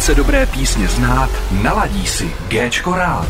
Chce dobré písně znát, naladí si Géčko rád.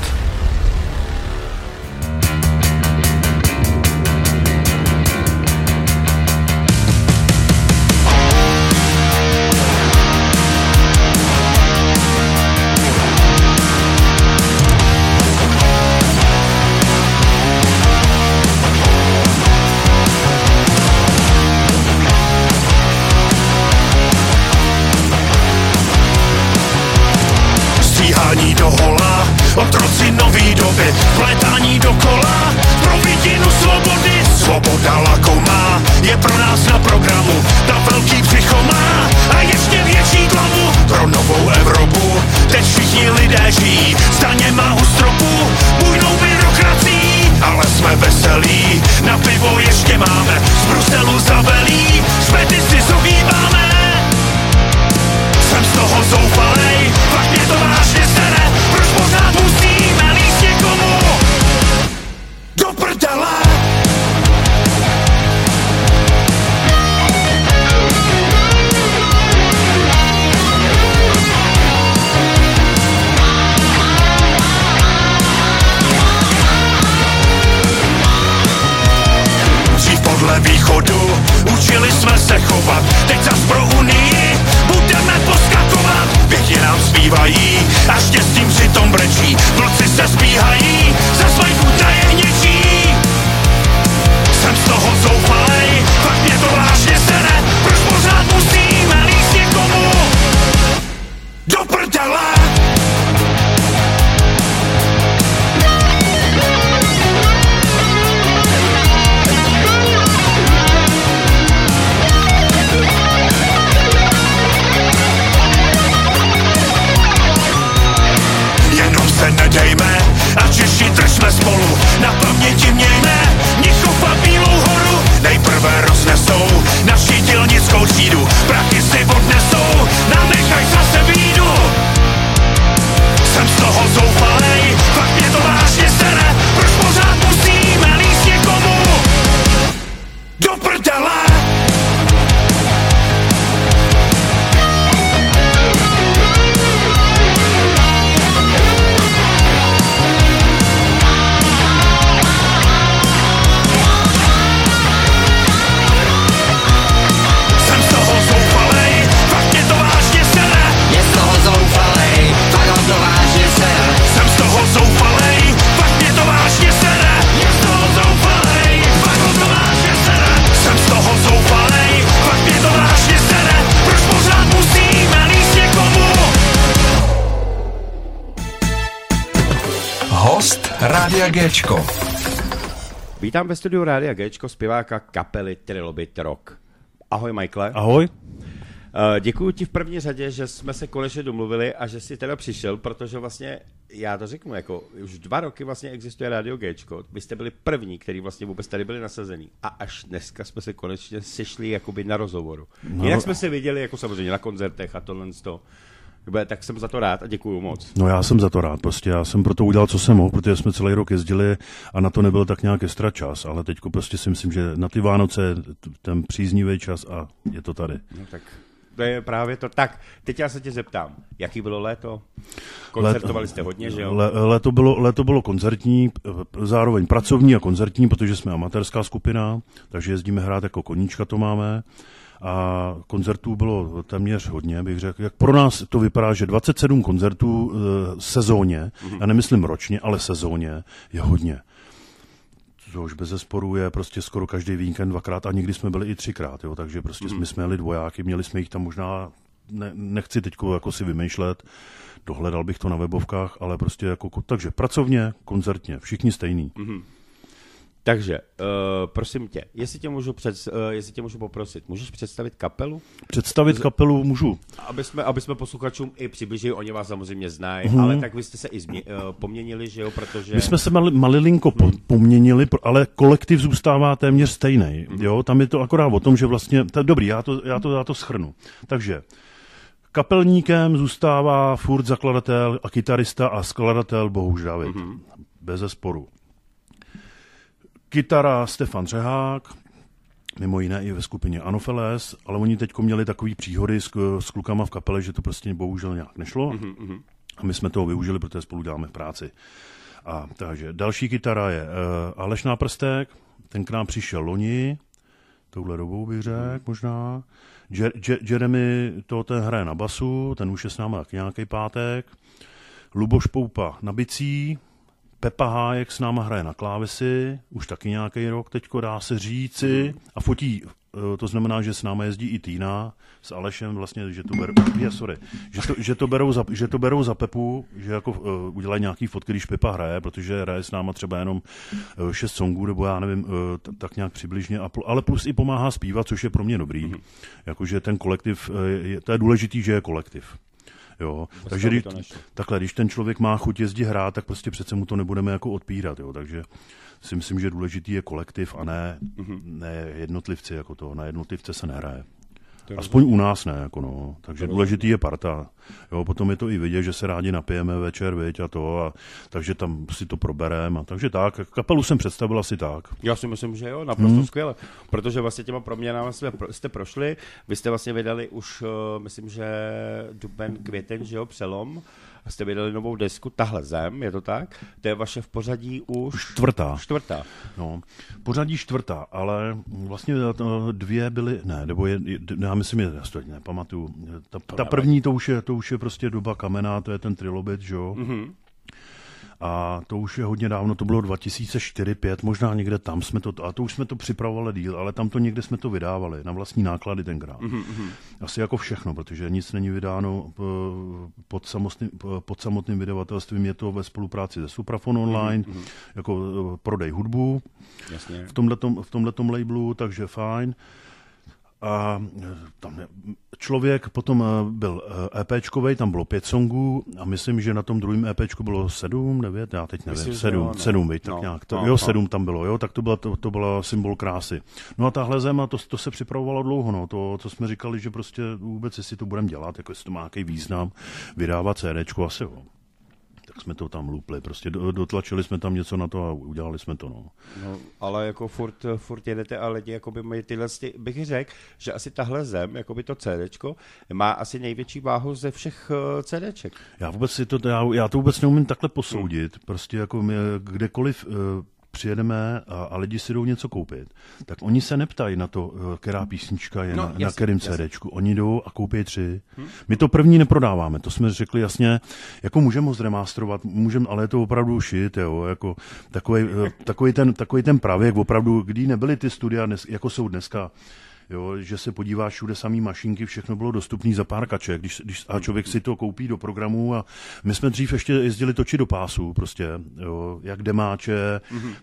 Do hola, otroci nový doby, vlétání do kola, pro vidinu svobody, svoboda lakomá, je pro nás na programu, ta velký břicho má a ještě větší hlavu, pro novou Evropu, teď všichni lidé žijí, zdaněma u stropu, bujnou byrokracií, ale jsme veselí, na pivo ještě máme, z Bruselu zavelí, šmety si zohýbáme. Jsem z toho zoufalej, fakt mě to vážně sere, proč pořád musíme líst někomu do prdele? Dřív podle východu učili jsme se chovat, teď zas pro Unii budeme poskakovat. Pěkně nám zpívají a štěstím přitom brečí, vlci se zbíhají, za svoj chuť na jehněčí. Jsem z toho zoufalej, fakt mě to vážně sere, proč pořád musíme líst někomu do prdele? Nedejme a Češi držme spolu, na paměti mějme Mnichov a Bílou horu. Nejprve roznesou naši dělnickou třídu, prachy si odnesou, nám nechaj zase bídu. Jsem z toho zoufalej, fakt mě to vážně sere, proč pořád musíme líst někomu do prdele? Rádia Géčko. Vítám ve studiu Rádia Géčko zpěváka kapely Trilobit Rock. Ahoj, Michaele. Ahoj. Děkuji ti v první řadě, že jsme se konečně domluvili a že jsi teda přišel, protože vlastně, já to řeknu, jako už 2 roky vlastně existuje Rádio Géčko. Vy jste byli první, který vlastně vůbec tady byli nasazený. A až dneska jsme se konečně sešli jakoby na rozhovoru. No. Jinak jsme se viděli jako samozřejmě na koncertech a tohle z toho. Tak jsem za to rád a děkuju moc. No já jsem za to rád, prostě já jsem pro to udělal, co jsem mohl, protože jsme celý rok jezdili a na to nebyl tak nějak extra čas, ale teďko prostě si myslím, že na ty Vánoce je ten příznivý čas a je to tady. No tak to je právě to. Tak, teď já se tě zeptám, jaký bylo léto? Koncertovali jste hodně, že jo? Léto bylo koncertní, zároveň pracovní a koncertní, protože jsme amatérská skupina, takže jezdíme hrát jako koníčka, to máme. A koncertů bylo téměř hodně, bych řekl. Jak pro nás to vypadá, že 27 koncertů sezóně, já nemyslím ročně, ale sezóně, je hodně. Což bezesporu je prostě skoro každý víkend 2krát a někdy jsme byli i 3krát, jo, takže prostě my jsme jeli dvojáky, měli jsme jich tam možná, nechci teď jako si vymýšlet, dohledal bych to na webovkách, ale prostě jako, takže pracovně, koncertně, všichni stejný. Takže, prosím tě, jestli tě můžu poprosit, můžeš představit kapelu? Představit kapelu můžu. Aby jsme posluchačům i přiblížili, oni vás samozřejmě znají, ale tak vy jste se i poměnili, že jo, protože... My jsme se malilinko poměnili, ale kolektiv zůstává téměř stejný, jo, tam je to akorát o tom, že vlastně, dobrý, já to shrnu. Takže, kapelníkem zůstává furt zakladatel a kytarista a skladatel Bohuš David, bezesporu. Kytara Stefan Řehák, mimo jiné i ve skupině Anopheles, ale oni teďko měli takový příhody s klukama v kapele, že to prostě bohužel nějak nešlo. A my jsme toho využili, protože spolu děláme v práci. A takže další kytara je Aleš Náprstek, ten k nám přišel loni, touhle dobou bych řekl možná. Jeremy to ten hraje na basu, ten už je s námi tak nějaký pátek. Luboš Poupa na bicí, Pepa Hájek s náma hraje na klávesi, už taky nějaký rok teďko dá se říci a fotí. To znamená, že s náma jezdí i Týna s Alešem vlastně, že to berou za Pepu, že jako udělají nějaký fotky, když Pepa hraje, protože hraje s náma třeba jenom 6 songů, nebo já nevím, tak nějak přibližně, ale plus i pomáhá zpívat, což je pro mě dobrý. Jakože ten kolektiv, to je důležitý, že je kolektiv. Jo, takže když ten člověk má chuť jezdit hrát, tak prostě přece mu to nebudeme jako odpírat, jo, takže si myslím, že důležitý je kolektiv a ne jednotlivci, jako to, na jednotlivce se nehraje. Aspoň u nás ne, jako no. Takže důležitý je parta. Jo, potom je to i vidět, že se rádi napijeme večer, viď, a to, a takže tam si to probereme. A takže tak, kapelu jsem představil asi tak. Já si myslím, že jo, naprosto skvěle. Protože vlastně těma proměnami jste prošli, vy jste vlastně vydali už, myslím, že duben, květen, že jo, přelom. Jste vydali novou desku, Tahle zem, je to tak? To je vaše v pořadí už... Čtvrtá. No, pořadí čtvrtá, ale vlastně dvě byly, já myslím, já to nepamatuju. Ta první, to už je prostě doba kamená, to je ten Trilobit, že jo? A to už je hodně dávno, to bylo 2004-2005, možná někde tam jsme to, a to už jsme to připravovali díl, ale tam to někde jsme to vydávali, na vlastní náklady tenkrát. Asi jako všechno, protože nic není vydáno pod samotným vydavatelstvím, je to ve spolupráci se Suprafon Online, jako prodej hudbu. Jasně. V tomhletom labelu, takže fajn. A tam člověk potom byl EPčkovej, tam bylo 5 songů a myslím, že na tom druhém EPčku bylo 7, 9, já teď nevím, 7, tak nějak. 7 tam bylo, jo, tak to byla symbol krásy. No a tahle zem, a to se připravovalo dlouho, no, to, co jsme říkali, že prostě vůbec, jestli to budeme dělat, jako jestli to má nějaký význam, vydávat CDčko, asi jo. Tak jsme to tam lupli, prostě dotlačili jsme tam něco na to a udělali jsme to, no. No, ale jako furt jedete a lidi, jakoby mají tyhle, bych řekl, že asi tahle zem, jakoby to CDčko, má asi největší váhu ze všech CDček. Já to vůbec neumím takhle posoudit, prostě jako my kdekoliv přijedeme a lidi si jdou něco koupit, tak oni se neptají na to, která písnička je na kterém CDčku. Oni jdou a koupí 3. My to první neprodáváme, to jsme řekli jasně, jako můžeme ho zremasterovat, ale je to opravdu shit, jo, jako takový ten pravěk, opravdu, kdy nebyly ty studia, jako jsou dneska, jo, že se podíváš, všude samý mašinky, všechno bylo dostupné za pár kaček, a člověk si to koupí do programu a my jsme dřív ještě jezdili točit do pásu, prostě, jo, jak demáče,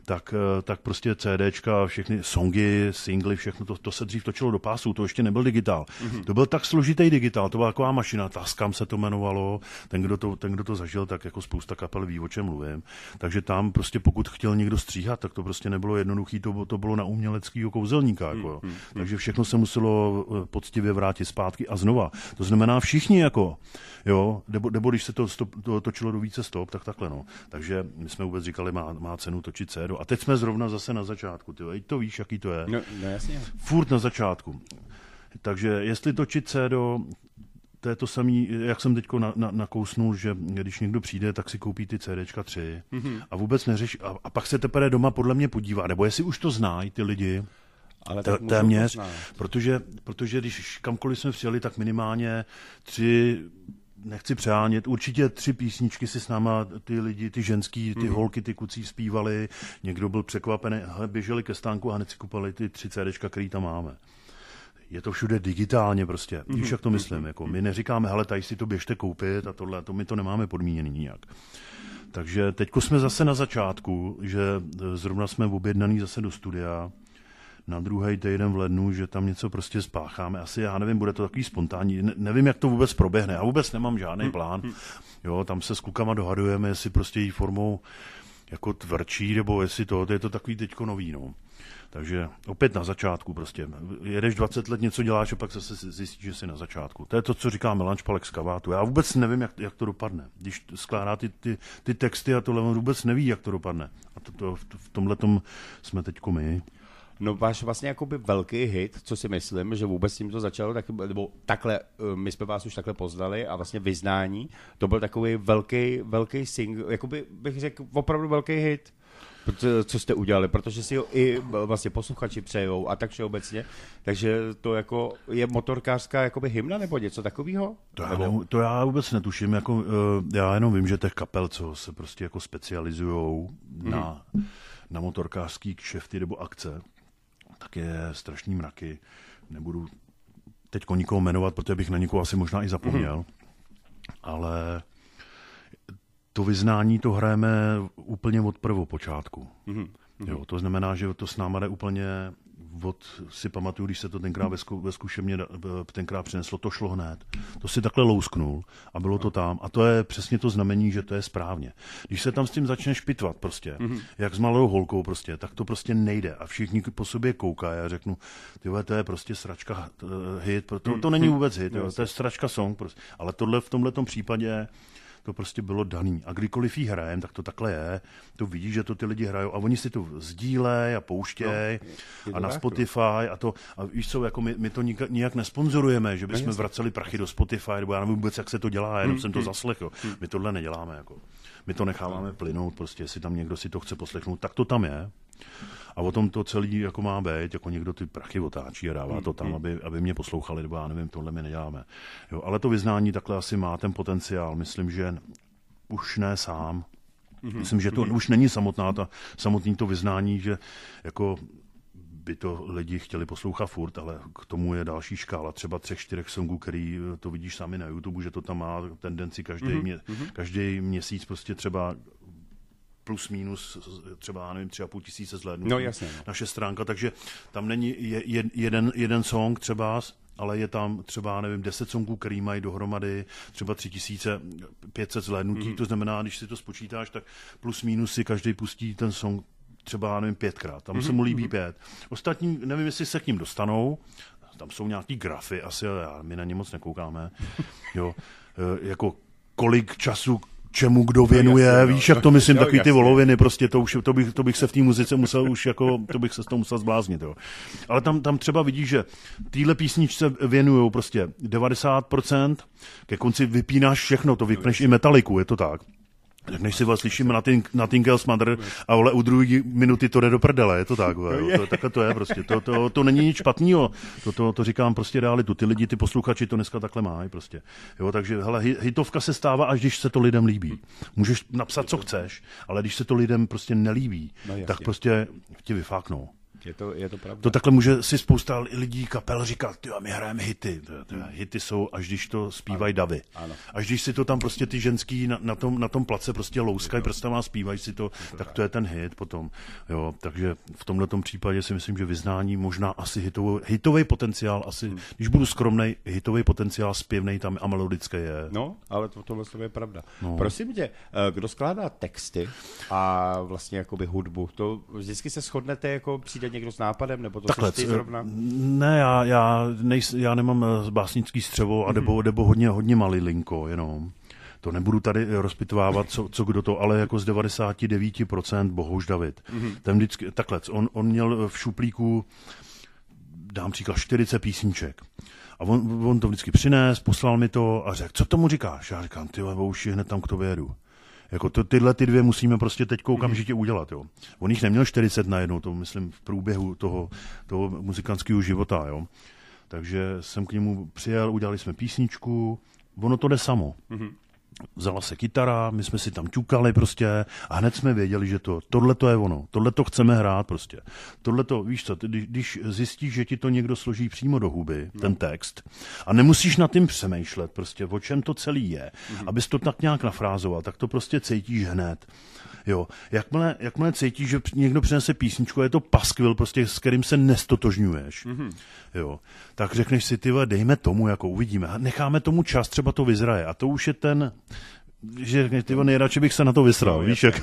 tak prostě CDčka, všechny songy, singly, všechno, to se dřív točilo do pásu, to ještě nebyl digitál. To byl tak složitý digitál, to byla taková mašina, Tascam se to jmenovalo, ten, kdo to zažil, tak jako spousta kapel ví, o čem mluvím. Takže tam prostě pokud chtěl někdo stříhat, tak to prostě nebylo jednoduchý, to bylo na uměleckého kouzelníka, jako, takže všechno se muselo poctivě vrátit zpátky a znova. To znamená všichni jako, jo, nebo když se to točilo do více stop, tak takhle, no. Takže my jsme vůbec říkali, má cenu točit CD. A teď jsme zrovna zase na začátku, ty, to víš, jaký to je. No jasně. Furt na začátku. Takže jestli točit CD, to je to samý, jak jsem teďko nakousnul, že když někdo přijde, tak si koupí ty CDčka 3 a vůbec neřeší. A pak se teprve doma podle mě podívá, nebo jestli už to znají ty lidi, ale téměř, protože když kamkoliv jsme přijeli, tak minimálně 3, nechci přehánět, určitě 3 písničky si s náma ty lidi, ty ženský, ty holky, ty kucí zpívali, někdo byl překvapený, běželi ke stánku a hned si kupali ty 3 CDčka, který tam máme. Je to všude digitálně prostě, víš, jak to myslím, jako my neříkáme, hele, tady si to běžte koupit a tohle, my to nemáme podmíněný nijak. Takže teďko jsme zase na začátku, že zrovna jsme objednaný zase do studia, na druhý týden v lednu, že tam něco prostě spácháme. Asi, já nevím, bude to takový spontánní. Nevím, jak to vůbec proběhne. Já vůbec nemám žádný plán. Jo, tam se s klukama dohadujeme, jestli prostě jí formou jako tvrdší, nebo jestli to je to takový teďko nový, no. Takže opět na začátku prostě. Jedeš 20 let, něco děláš a pak zase zjistíš, že jsi na začátku. To je to, co říká Melange Palek z Kavátu. Já vůbec nevím, jak to dopadne. Když skládá ty texty a tohle, on vůbec neví, jak to dopadne. A v tomhletom jsme teďko my. No váš vlastně jakoby velký hit, co si myslím, že vůbec s tím to začalo, tak, nebo takhle, my jsme vás už takhle poznali a vlastně Vyznání, to byl takový velký single, jakoby bych řekl opravdu velký hit, co jste udělali, protože si ho i vlastně posluchači přejou a tak všeobecně, takže to jako je motorkářská jakoby hymna nebo něco takového? To já vůbec netuším, jako, já jenom vím, že těch kapel, co se prostě jako specializujou na motorkářský kšefty nebo akce, tak je strašný mraky. Nebudu teď nikoho jmenovat, protože bych na nikoho asi možná i zapomněl, ale to Vyznání to hrajeme úplně od prvopočátku. Jo, to znamená, že to s náma jde úplně si pamatuju, když se to tenkrát ve zkušebně tenkrát přineslo, to šlo hned. To si takhle lousknul a bylo to tam. A to je přesně to znamení, že to je správně. Když se tam s tím začneš pitvat prostě, jak s malou holkou prostě, tak to prostě nejde. A všichni po sobě koukají a řeknu, tyhle, to je prostě sračka hit. To není vůbec hit, jo, to je sračka song. Prostě. Ale tohle v tomhletom případě to prostě bylo daný. A kdykoliv jí hrajem, tak to takhle je. To vidíš, že to ty lidi hrajou a oni si to sdílejí a pouštějí a na Spotify a to. A víš co, jako my to nijak nesponzorujeme, že bychom vraceli prachy do Spotify, nebo já nevím vůbec, jak se to dělá, jenom jsem to zaslechl. My tohle neděláme. Jako. My to necháváme plynout, prostě, jestli tam někdo si to chce poslechnout, tak to tam je. A o tom to celý jako má být, jako někdo ty prachy otáčí a dává to tam, aby mě poslouchali, nebo já nevím, tohle my neděláme. Jo, ale to Vyznání takhle asi má ten potenciál, myslím, že už ne sám. Myslím, že to už není samotný to Vyznání, že jako by to lidi chtěli poslouchat furt, ale k tomu je další škála, třeba 3-4 songů, který to vidíš sami na YouTube, že to tam má tendenci každý měsíc prostě třeba plus minus třeba, nevím, 3,5 tisíce zhlédnutí. No, jasně. Naše stránka, takže tam není jeden song třeba, ale je tam třeba, nevím, 10 songů, který mají dohromady třeba 3500 zhlédnutí, to znamená, když si to spočítáš, tak plus minus si každý pustí ten song třeba, nevím, 5krát. Tam se mu líbí 5. Ostatní, nevím, jestli se k ním dostanou, tam jsou nějaký grafy, asi my na ně moc nekoukáme, jo, jako kolik času čemu kdo věnuje, jasně, víš, jak to myslím, takový ty voloviny, prostě to bych se v té muzice musel už jako, to bych se z toho musel zbláznit, jo. Ale tam třeba vidíš, že týhle písničce věnujou prostě 90%, ke konci vypínáš všechno, to vypneš i Metaliku, je to tak. Než si vás slyším na Tinkel's Mother a vole u druhé minuty to jde do prdele, je to tak, takhle to je prostě, to není nic špatného, to říkám prostě realitu, ty lidi, ty posluchači to dneska takhle mají prostě, jo, takže hele, hitovka se stává, až když se to lidem líbí, můžeš napsat, co chceš, ale když se to lidem prostě nelíbí, tak prostě ti vyfáknou. Je to pravda. To takhle může si spousta lidí kapel říkat, my hrajeme hity. Hity jsou, až když to zpívají davy. Ano. Až když si to tam prostě ty ženský na tom place prostě louskají prstama a zpívají si to, tak to je ten hit potom. Jo, takže v tomhletom případě si myslím, že Vyznání možná asi hitový potenciál, asi, když budu skromnej, hitový potenciál zpěvnej tam a melodické je. No, ale tohle je pravda. No. Prosím tě, kdo skládá texty a vlastně jakoby hudbu, to vždycky se shodnete, jako přijde někdo s nápadem, nebo to takhle, ty zrovna? Ne, já nemám básnický střevo a nebo hodně malilinko jenom. To nebudu tady rozpitvávat, co kdo to, ale jako z 99% Bohouš David. Ten vždycky, takhle, on měl v šuplíku, dám příklad, 40 písniček. A on to vždycky přines, poslal mi to a řekl, co tomu říkáš? Já říkám, ty Bohuši, hned tam k tobě jedu. Jako tyhle ty dvě musíme prostě teď okamžitě udělat. Jo. On jich neměl 40 najednou, to myslím v průběhu toho muzikantského života. Jo. Takže jsem k němu přijel, udělali jsme písničku, ono to jde samo. Vzala se kytara, my jsme si tam ťukali prostě a hned jsme věděli, že tohle to je ono, tohle to chceme hrát prostě. Tohle to, víš co, když zjistíš, že ti to někdo složí přímo do huby, ten text, a nemusíš nad tím přemýšlet prostě, o čem to celý je, abys to tak nějak nafrázoval, tak to prostě cítíš hned. Jo, jakmile cítíš, že někdo přinese písničku, je to paskvil, prostě, s kterým se nestotožňuješ, jo, tak řekneš si, ty dejme tomu, jako uvidíme, necháme tomu čas, třeba to vyzraje, a to už je ten, že nejradši bych se na to vysral, víš, jak,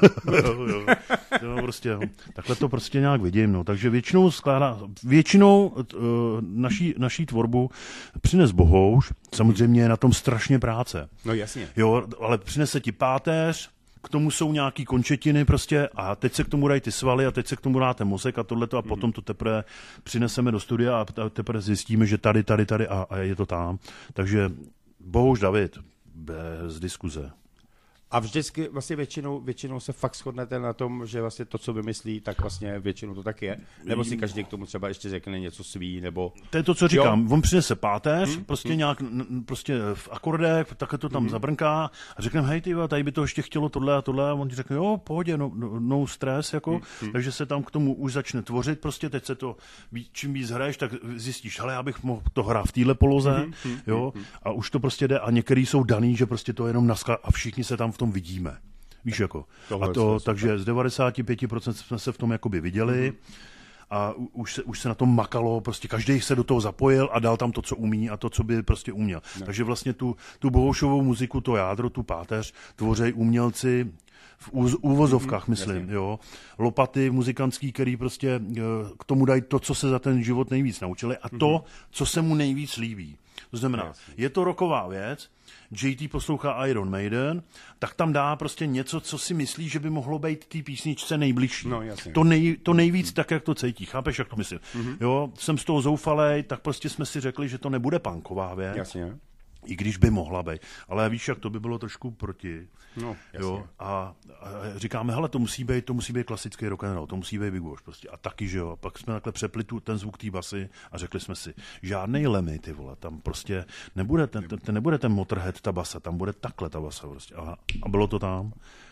jo, prostě, jo. Takhle to prostě nějak vidím, no, takže většinou naší tvorbu přines Bohouš, samozřejmě je na tom strašně práce. No jasně. Jo, ale přinese ti páteř, k tomu jsou nějaký končetiny prostě a teď se k tomu dají ty svaly a teď se k tomu dá ten mozek a tohleto a potom to teprve přineseme do studia a teprve zjistíme, že tady a je to tam. Takže bohuž David, bez diskuze. A vždycky vlastně většinou se fakt shodnete na tom, že vlastně to, co vymyslí, tak vlastně většinou to tak je? Nebo si každý k tomu třeba ještě řekne něco svý, nebo... To je to, co říkám. Jo. On přinese páteř, prostě nějak prostě v akordech, takhle to tam zabrnká a řekneme, hej, tyva, tady by to ještě chtělo tohle a on ti řekne, jo, pohodě, no stres, jako, takže se tam k tomu už začne tvořit, prostě teď se to, čím víc hraješ, tak zjistíš, hele, já bych mohl to hrát v téhle poloze, jo, a už to prostě jde a některý jsou daný, že prostě to je jenom naska a všichni se tam v tom vidíme. Víš, jako. A to, takže z 95% jsme se v tom jakoby viděli a už se na tom makalo, prostě každý se do toho zapojil a dal tam to, co umí a to, co by prostě uměl. Ne. Takže vlastně tu bohoušovou muziku, to jádro, tu páteř, tvoří umělci v úvozovkách, myslím, jo. Lopaty muzikantský, který prostě k tomu dají to, co se za ten život nejvíc naučili a to, co se mu nejvíc líbí. To znamená, je to rocková věc, JT poslouchá Iron Maiden, tak tam dá prostě něco, co si myslí, že by mohlo být té písničce nejbližší. No, jasně. To nejvíc tak, jak to cítí. Chápeš, jak to myslím? Jo, jsem z toho zoufalej, tak prostě jsme si řekli, že to nebude punková věc. Jasně. I když by mohla být. Ale víš, jak to by bylo trošku proti. No, jo? A říkáme, hele, to musí být klasický rock and roll, to musí být Big Wash prostě. A taky, že jo. A pak jsme takhle přepli ten zvuk té basy a řekli jsme si, žádnej Lemmy, ty vole, tam prostě nebude ten Motorhead, ta basa, tam bude takhle ta basa prostě. A bylo to tam.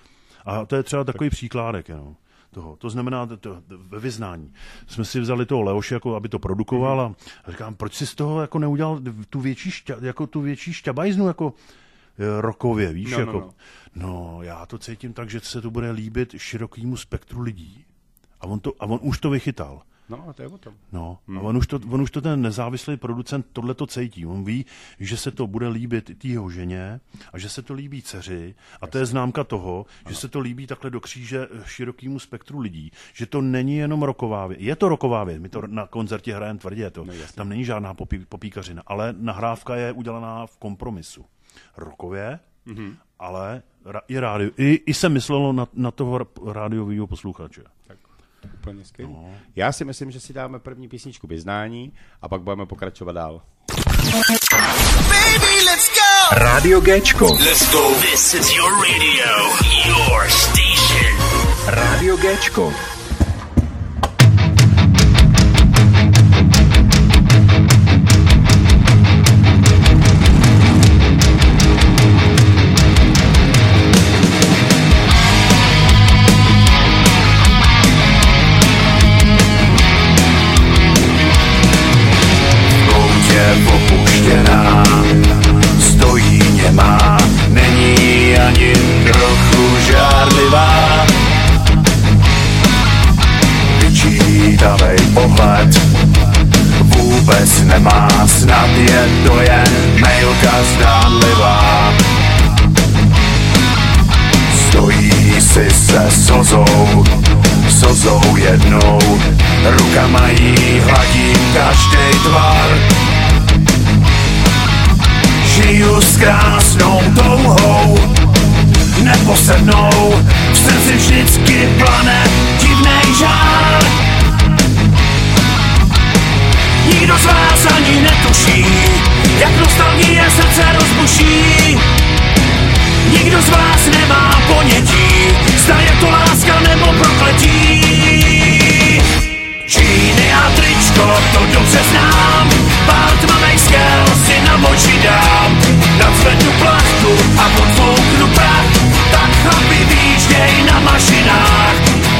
A to je třeba takový příkládek, jo. To znamená, ve vyznání. Jsme si vzali toho Leoše, jako, aby to produkoval a říkám, proč si z toho jako neudělal tu větší šťabajznu jako rockově, víš? No, já to cítím tak, že se to bude líbit širokému spektru lidí. A on už to vychytal. No, a to je o tom. No, a on už to ten nezávislý producent tohleto cítí. On ví, že se to bude líbit týho ženě a že se to líbí dceři a to je známka toho, že se to líbí takhle do kříže širokému spektru lidí, že to není jenom rocková věc. Je to rocková věc, my to na koncertě hrajeme tvrdě, tam není žádná popíkařina, ale nahrávka je udělaná v kompromisu. Rockově, ale i rádio. I se myslelo na toho rádiového posluchače. Tak. Úplně skvělý. No. Já si myslím, že si dáme první písničku vyznání a pak budeme pokračovat dál. Baby, let's go! Rádio Géčko. Let's go. This is your radio, your station. Rádio Géčko. Opuštěná, stojí nemá, není ani trochu žárlivá. Vyčítavej pohled vůbec nemá, snad je to jen mailka zdánlivá. Stojí si se slzou jednou, rukama jí hladím každej tvar. Žiju s krásnou touhou, neposednou, v srdci vždycky plane divnej žár. Nikdo z vás ani netuší, jak nostalgie srdce rozbuší. Nikdo z vás nemá ponětí, zda je to láska nebo prokletí. Džíny a tričko, to dobře znám, pár tmavej skel si na oči dám. Nadzvednu plachtu a podfouknu prach, tak chlapi výjížděj na mašinách.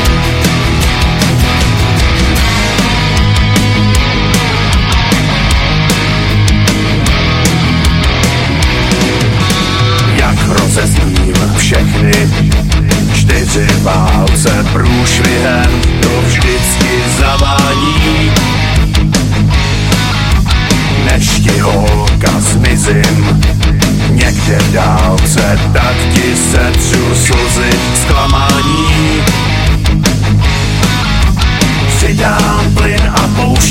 Jak rozezním všechny 4 válce průšvihem, to vždycky zavání. Než ti holka zmizím někde v dálce, tak ti setřu slzy zklamání. Přidám plyn a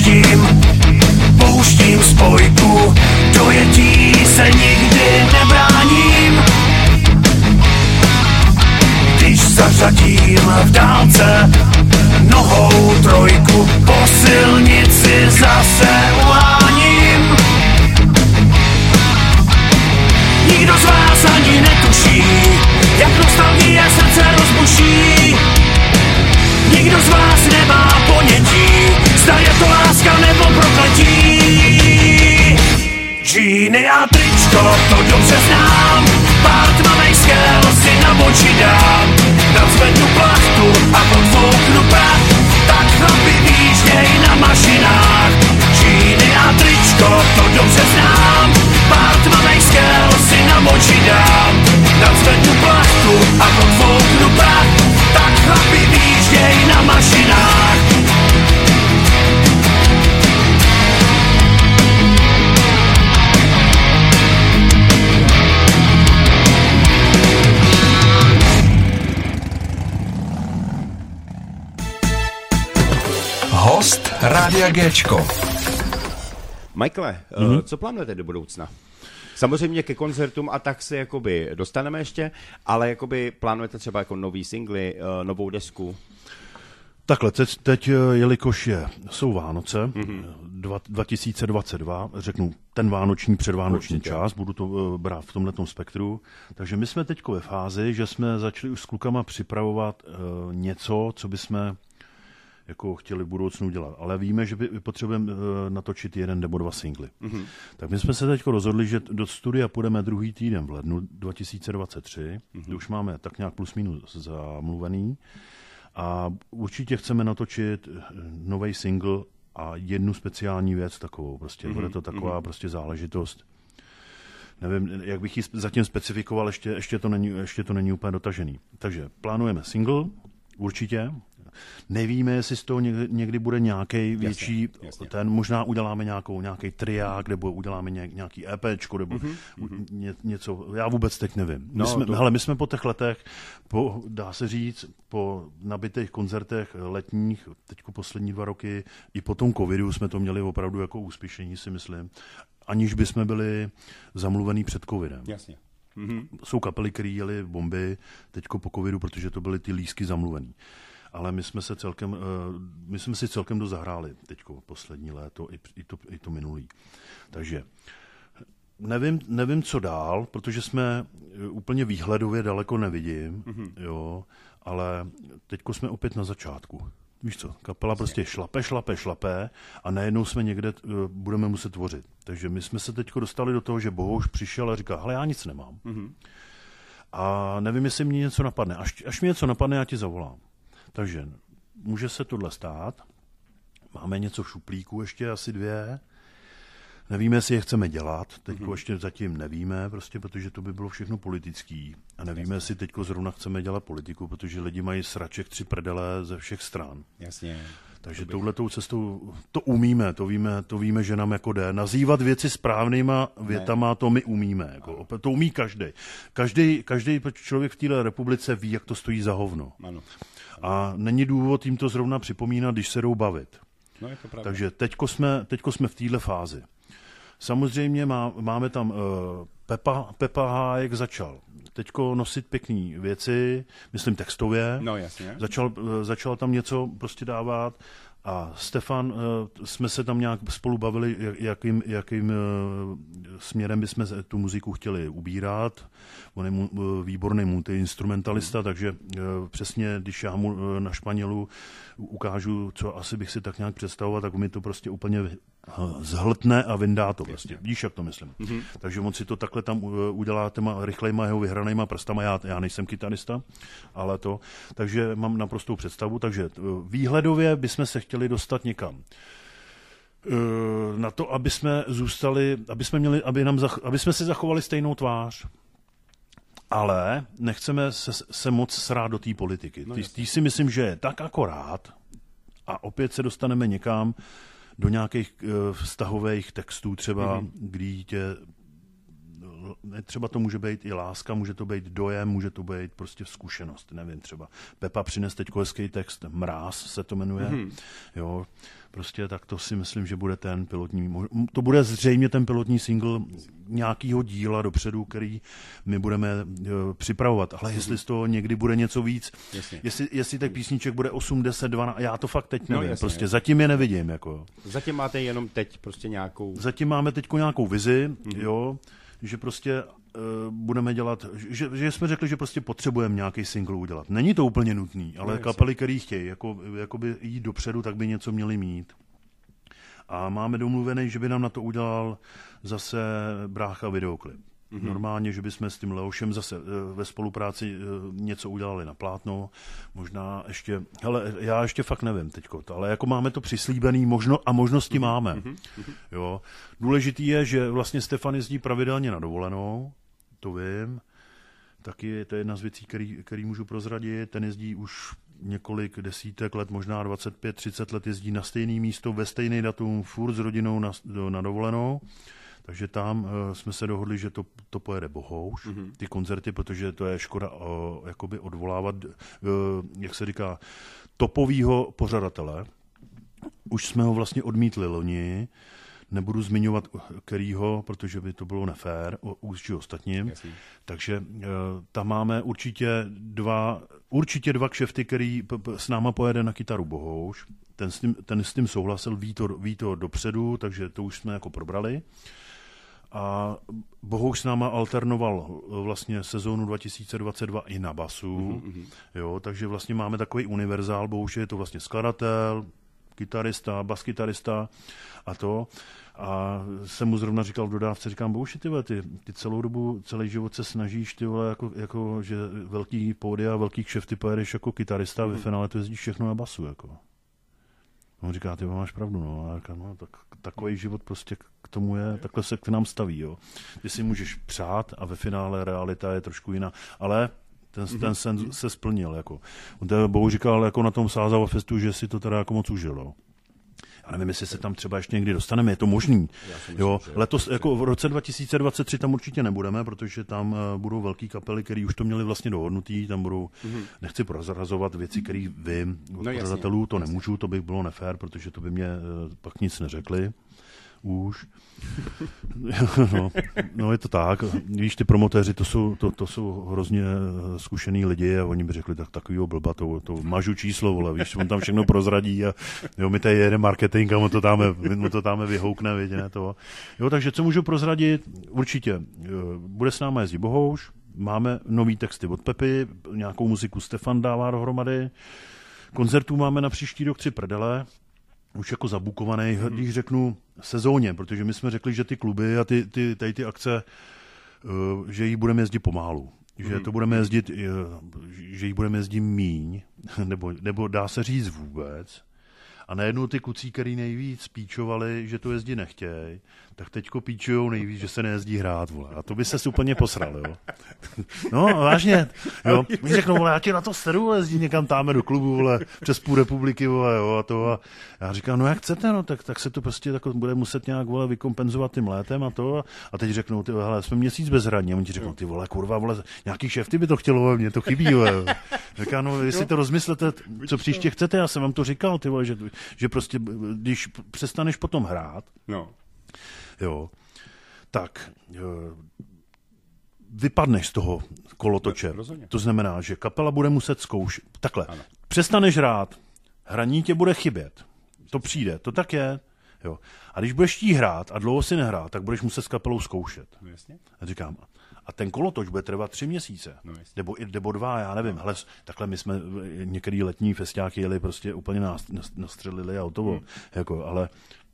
pouštím spojku, dojetí se nikdy nebráním. trojku, po silnici zase uháním. Nikdo z vás ani netuší, jak nostalgie srdce rozbuší. Nikdo z vás nemá ponětí, zda je to láska nebo prokletí. Džíny a tričko, to dobře znám, pár tmavej skel si na oči dám. Nadzvednu plachtu a podfouknu prach, tak chlapi výjížděj na mašinách. Džíny a tričko, to dobře znám, pár tmavej skel si na oči dám. Nadzvednu plachtu a podfouknu prach, tak chlapi výjížděj na mašinách. Host Rádia Géčko. Michaele, co plánujete do budoucna? Samozřejmě ke koncertům a tak se jakoby dostaneme ještě, ale jakoby plánujete třeba jako nový singly, novou desku? Takhle, teď jelikož jsou Vánoce, 2022, řeknu ten vánoční, předvánoční čas, budu to brát v tomhletom spektru, takže my jsme teď ve fázi, že jsme začali už s klukama připravovat něco, co bychom jako chtěli v budoucnu dělat. Ale víme, že potřebujeme natočit 1 nebo 2 singly. Tak my jsme se teď rozhodli, že do studia půjdeme druhý týden v lednu 2023. To už máme tak nějak plus minus zamluvený. A určitě chceme natočit nový single a jednu speciální věc takovou. Prostě bude to taková prostě záležitost. Nevím, jak bych ji zatím specifikoval, ještě to není úplně dotažený. Takže plánujeme single, určitě. Nevíme, jestli z toho někdy bude nějaký větší, ten možná uděláme nějaký triák, nebo uděláme nějaký EPčko, nebo něco, já vůbec teď nevím. My jsme po těch letech, dá se říct, po nabitých koncertech letních, teďko poslední 2 roky, i po tom covidu jsme to měli opravdu jako úspěšení, si myslím, aniž bychom byli zamluvený před covidem. Jasně. Jsou kapely, které jeli bomby teďko po covidu, protože to byly ty lístky zamluvený. Ale my jsme si celkem dozahráli teďko poslední léto i to minulý. Takže nevím, co dál, protože jsme úplně výhledově daleko nevidím, jo, ale teďko jsme opět na začátku. Víš co, kapela prostě šlape a najednou jsme někde budeme muset tvořit. Takže my jsme se teďko dostali do toho, že Bohuš přišel a říká, hele, já nic nemám. A nevím, jestli mě něco napadne. Až mi něco napadne, já ti zavolám. Takže může se tohle stát. Máme něco v šuplíku, ještě asi 2. Nevíme, jestli je chceme dělat. Teďko ještě zatím nevíme, prostě, protože to by bylo všechno politický. A nevíme, jestli teďko zrovna chceme dělat politiku, protože lidi mají sraček 3 prdele ze všech stran. Jasně. Takže touhletou cestou to umíme, to víme, že nám jako jde. Nazývat věci správnýma větama, to my umíme. Jako, to umí každý. Každý člověk v téhle republice ví, jak to stojí za hovno. Ano. A není důvod jim to zrovna připomínat, když se jdou bavit. No, je to pravda. Takže teďko jsme v téhle fázi. Samozřejmě máme tam Pepa Hájek začal teďko nosit pěkný věci, myslím textově. No jasně. Začal tam něco prostě dávat a Stefan, jsme se tam nějak spolu bavili, jakým směrem bychom tu muziku chtěli ubírat. On je výborný multiinstrumentalista, takže přesně, když já mu na španělu ukážu, co asi bych si tak nějak představoval, tak mi to prostě úplně zhltne a vyndá to prostě. Víš, jak to myslím. Takže on si to takhle tam udělá těma rychlejma jeho vyhranejma prstama. Já nejsem kytarista, ale to. Takže mám naprostou představu. Takže výhledově bychom se chtěli dostat někam. Na to, aby jsme zůstali, aby jsme si zachovali stejnou tvář. Ale nechceme se moc srát do té politiky. Ty si myslím, že je tak akorát a opět se dostaneme někam do nějakých vztahových textů třeba, kdy tě třeba to může být i láska, může to být dojem, může to být prostě zkušenost, nevím, třeba Pepa přines teď hezký text, Mráz se to jmenuje, jo, prostě tak to si myslím, že bude ten pilotní, to bude zřejmě ten pilotní single nějakého díla dopředu, který my budeme připravovat, ale jestli z toho někdy bude něco víc, jestli těch písniček bude 8, 10, 12, já to fakt teď nevím, prostě zatím je nevidím, jako. Zatím máte jenom teď prostě nějakou... Zatím máme teď nějakou vizi, jo, že prostě budeme dělat, že jsme řekli, že prostě potřebujeme nějaký single udělat. Není to úplně nutný, ale kapely, který chtějí jakoby jít dopředu, tak by něco měli mít. A máme domluvený, že by nám na to udělal zase brácha videoklip. Normálně, že bychom s tím Leošem zase ve spolupráci něco udělali na plátno, možná ještě, hele, já ještě fakt nevím teďko, ale jako máme to přislíbený a možnosti máme. Jo. Důležitý je, že vlastně Stefan jezdí pravidelně na dovolenou, to vím, taky to je jedna z věcí, který můžu prozradit, ten jezdí už několik desítek let, možná 25-30 let jezdí na stejné místo, ve stejný datum, furt s rodinou na dovolenou. Takže tam jsme se dohodli, že to pojede Bohouš, ty koncerty, protože to je škoda jakoby odvolávat, jak se říká, topovýho pořadatele. Už jsme ho vlastně odmítli loni, nebudu zmiňovat kterýho, protože by to bylo nefér vůči ostatním. Jasný. Takže tam máme určitě dva kšefty, který s náma pojede na kytaru Bohouš. Ten s tím souhlasil, ví to dopředu, takže to už jsme jako probrali. A Bohouš s náma alternoval vlastně sezónu 2022 i na basu, jo, takže vlastně máme takový univerzál, Bohouš je to vlastně skladatel, kytarista, baskytarista a to. A jsem mu zrovna říkal v dodávce, říkám, Bohuši, ty celou dobu, celý život se snažíš, ty vole, jako že velký pódia, velký kšefty pojedeš jako kytarista, ve finále to jezdíš všechno na basu, jako. On říká, ty máš pravdu, no. A říkám, no, tak takový život prostě k tomu je, takhle se k nám staví, jo. Ty si můžeš přát a ve finále realita je trošku jiná, ale ten sen se splnil, jako. On teda Bohu říkal, jako na tom Sázava festu, že si to teda jako moc užil, jo. Já nevím, jestli se tam třeba ještě někdy dostaneme, je to možný. Jo, letos, jako v roce 2023 tam určitě nebudeme, protože tam budou velký kapely, který už to měli vlastně dohodnutý, tam budou, nechci prozrazovat věci, které vím od pořadatelů, to nemůžu, to by bylo nefér, protože to by mě pak nic neřekli. Už. No, je to tak. Víš, ty promotéři, to jsou hrozně zkušený lidi a oni by řekli, tak takovýho blba, to mažu číslo, vole, víš, on tam všechno prozradí a jo, my tady jede marketing a on to dáme vyhoukne, víš, ne, to. Jo, takže co můžu prozradit? Určitě. Bude s náma jezdit Bohouš, máme nový texty od Pepy, nějakou muziku Stefan dává dohromady, koncertů máme na příští rok 3 prdele, už jako zabukovaný, když řeknu sezóně, protože my jsme řekli, že ty kluby a ty akce, že jí budeme jezdit pomálu. Že to budeme jezdit, že jí budeme jezdit míň, nebo dá se říct vůbec. A najednou ty kluci, který nejvíc píčovali, že to jezdit nechtějí, tak teďko píčujou nejvíc, že se nejezdí hrát, vole. A to by se úplně posral, jo. No, vážně, jo. Mi řeknou, vole, já ti na to sedu, jezdí někam táme do klubu, vole, přes půl republiky, vole, jo, a to. A já říkám, no jak chcete, no, tak se to prostě tak bude muset nějak, vole, vykompenzovat tím létem a to. A teď řeknou, ty, hele, jsme měsíc bez hraní. A oni ti řeknou, ty vole, kurva, vole, nějaký šefty by to chtělo, mě to chybí, vole. Říkám, no, jestli to rozmyslete, co příště chcete, já jsem vám to říkal, ty vole, že prostě, když přestaneš potom hrát, jo, tak vypadneš z toho kolotoče. To znamená, že kapela bude muset zkoušet. Takhle, přestaneš hrát, hraní tě bude chybět. To přijde, to tak je. Jo. A když budeš chtít hrát a dlouho si nehrát, tak budeš muset s kapelou zkoušet. No, jasně. A říkám, a ten kolotoč bude trvat 3 měsíce. No, nebo 2, já nevím. Hele, takhle my jsme některý letní festiáky jeli, prostě úplně nastřelili a hotovo. Jako, ale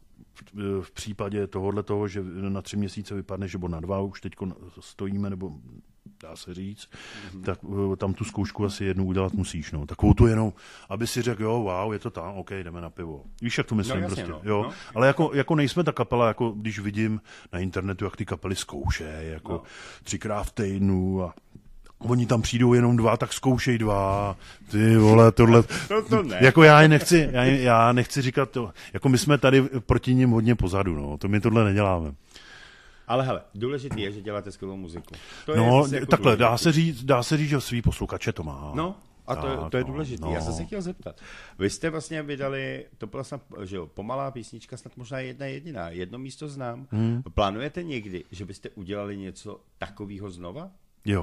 v případě toho, že na 3 měsíce vypadne, že na 2 už teď stojíme, nebo dá se říct, tak tam tu zkoušku asi jednou udělat musíš. No. Takovou tu jenom, aby si řekl, jo, wow, je to tam, ok, jdeme na pivo. Víš, jak to myslím? No, jasně, prostě. Jo. Ale jako nejsme ta kapela, jako když vidím na internetu, jak ty kapely zkoušejí, jako 3krát v týdnu a oni tam přijdou jenom 2, tak zkoušej 2. Ty vole, tohle. To ne. Jako já nechci říkat to. Jako my jsme tady proti nim hodně pozadu, no. To my tohle neděláme. Ale hele, důležitý je, že děláte skvělou muziku. To No, je jako takhle, důležitý. dá se říct, že svý posluchače to má. No, a to je důležité. No. Já jsem se chtěl zeptat. Vy jste vlastně vydali, to byla snad, že jo, pomalá písnička, snad možná jedna jediná. Jedno místo znám. Plánujete někdy, že byste udělali něco takového znova? Jo.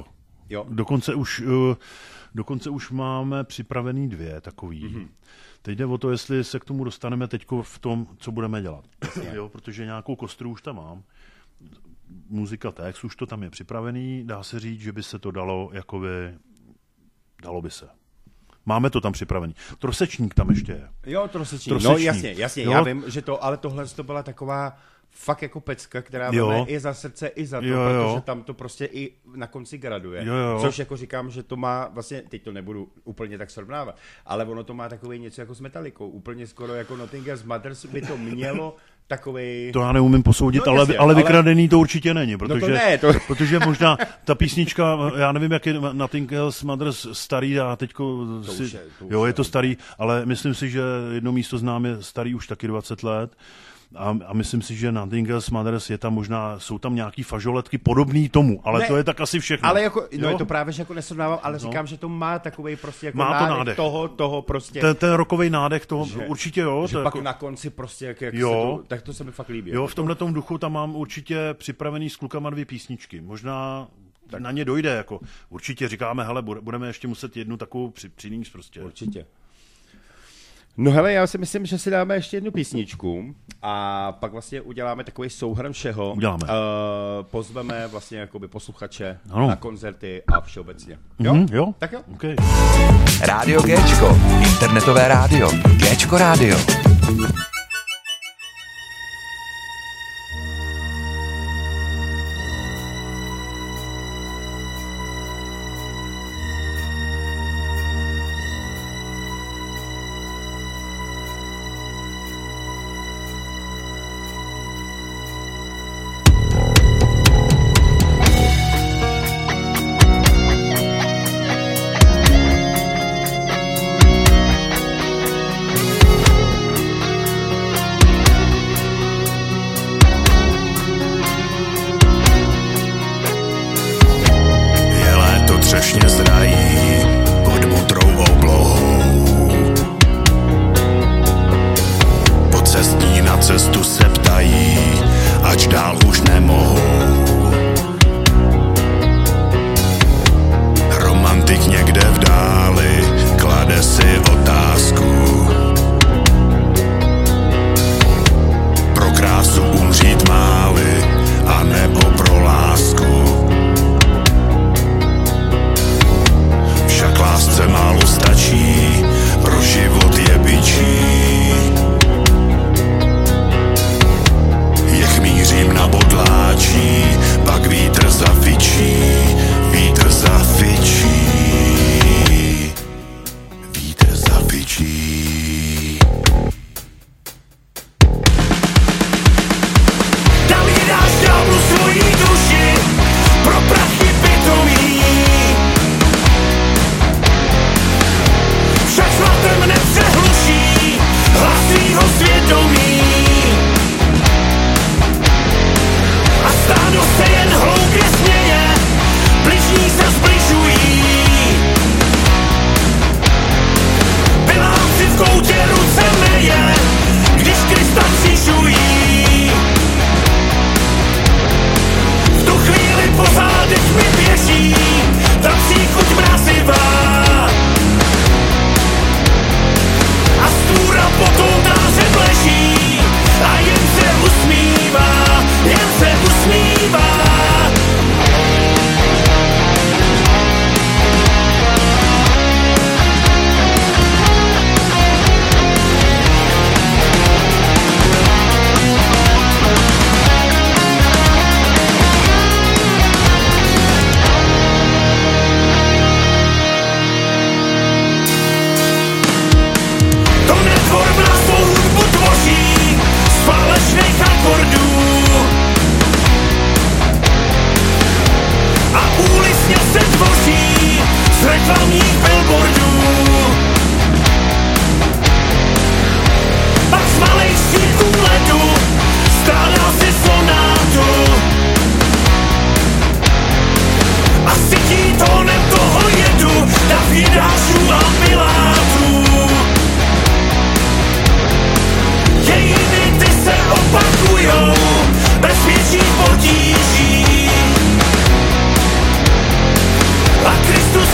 Dokonce už máme připravený 2 takový. Teď jde o to, jestli se k tomu dostaneme teďko v tom, co budeme dělat. Jo, protože nějakou kostru už tam mám. Muzika, text, už to tam je připravený. Dá se říct, že by se to dalo, dalo by se. Máme to tam připravený. Trosečník tam ještě je. Jo, trosečník. No jasně, jo? Já vím, že to, ale tohle to byla taková fakt jako pecka, která máme i za srdce, i za to, protože tam to prostě i na konci graduje. Jo. Což jako říkám, že to má vlastně, teď to nebudu úplně tak srovnávat, ale ono to má takový něco jako s Metallicou, úplně skoro jako Nottingham's Mothers by to mělo takovej... To já neumím posoudit, no, ale vykradený to určitě není, protože možná ta písnička, já nevím, jak je Nottingham's Mothers starý a teďko... je to starý, ale myslím si, že jedno místo znám je starý už taky 20 let. A myslím si, že Nottingham's Mothers je tam možná, jsou tam nějaký fažoletky podobný tomu, ale to je tak asi všechno. Ale jako, no je to právě, že jako nesrovnávám, ale říkám, že to má takovej prostě jako má nádech toho prostě. Ten rokovej nádech toho, že, určitě jo. Že pak jako, na konci prostě, jak tak to se mi fakt líbí. Jo, v tomhletom duchu tam mám určitě připravený s klukama 2 písničky. Možná tak na ně dojde, jako určitě říkáme, hele, budeme ještě muset jednu takovou přinést prostě. Určitě. No hele, já si myslím, že si dáme ještě jednu písničku a pak vlastně uděláme takový souhrn všeho. Uděláme. Pozveme vlastně jakoby posluchače ano. na koncerty a všeobecně. Jo? Jo. Tak jo. Okay. Rádio Géčko, internetové rádio, Géčko rádio.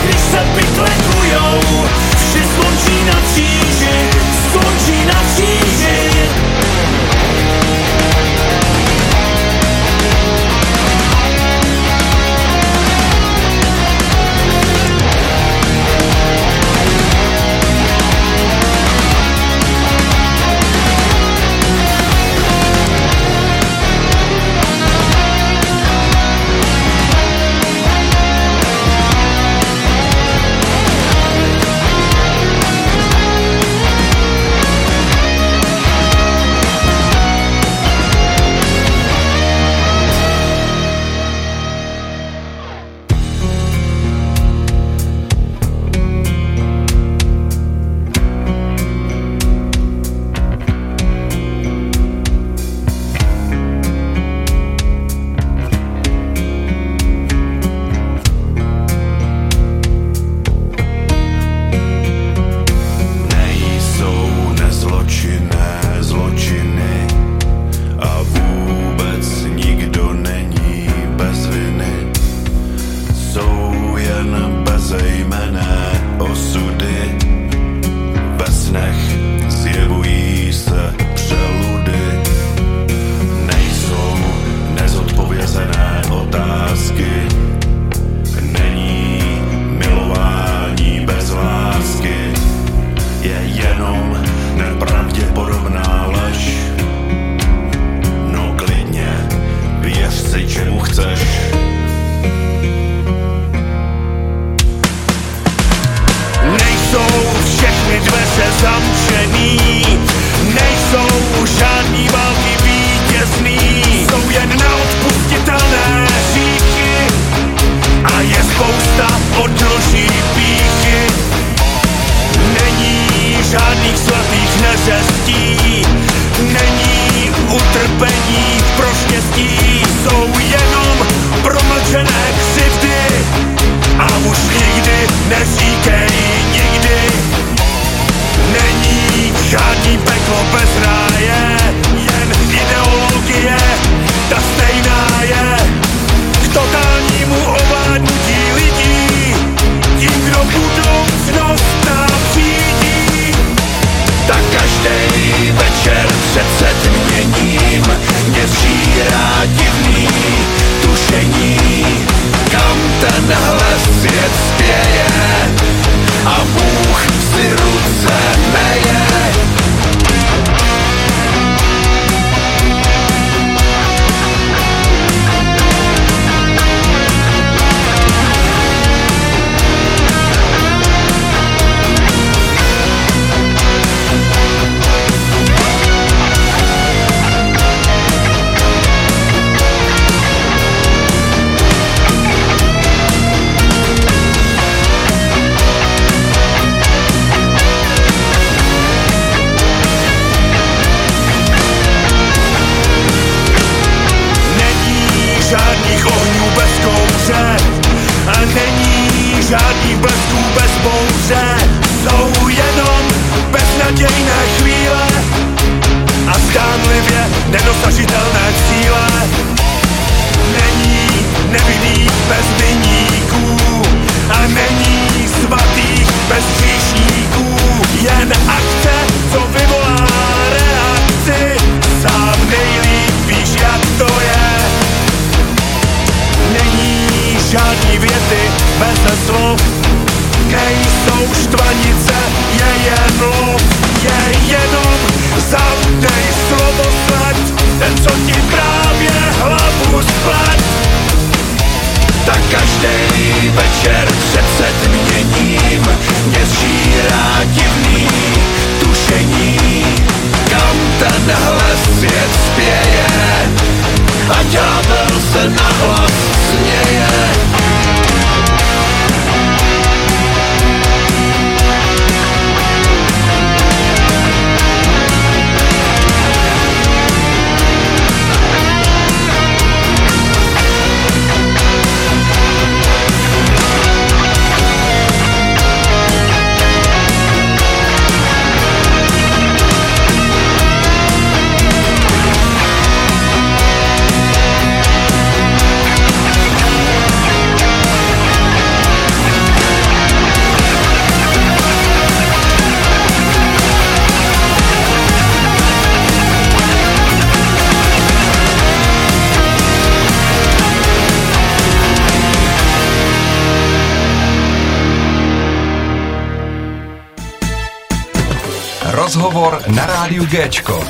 když se vyklekujou, vždy skončí na kříži, skončí na kříži. Rozhovor na rádiu Géčko.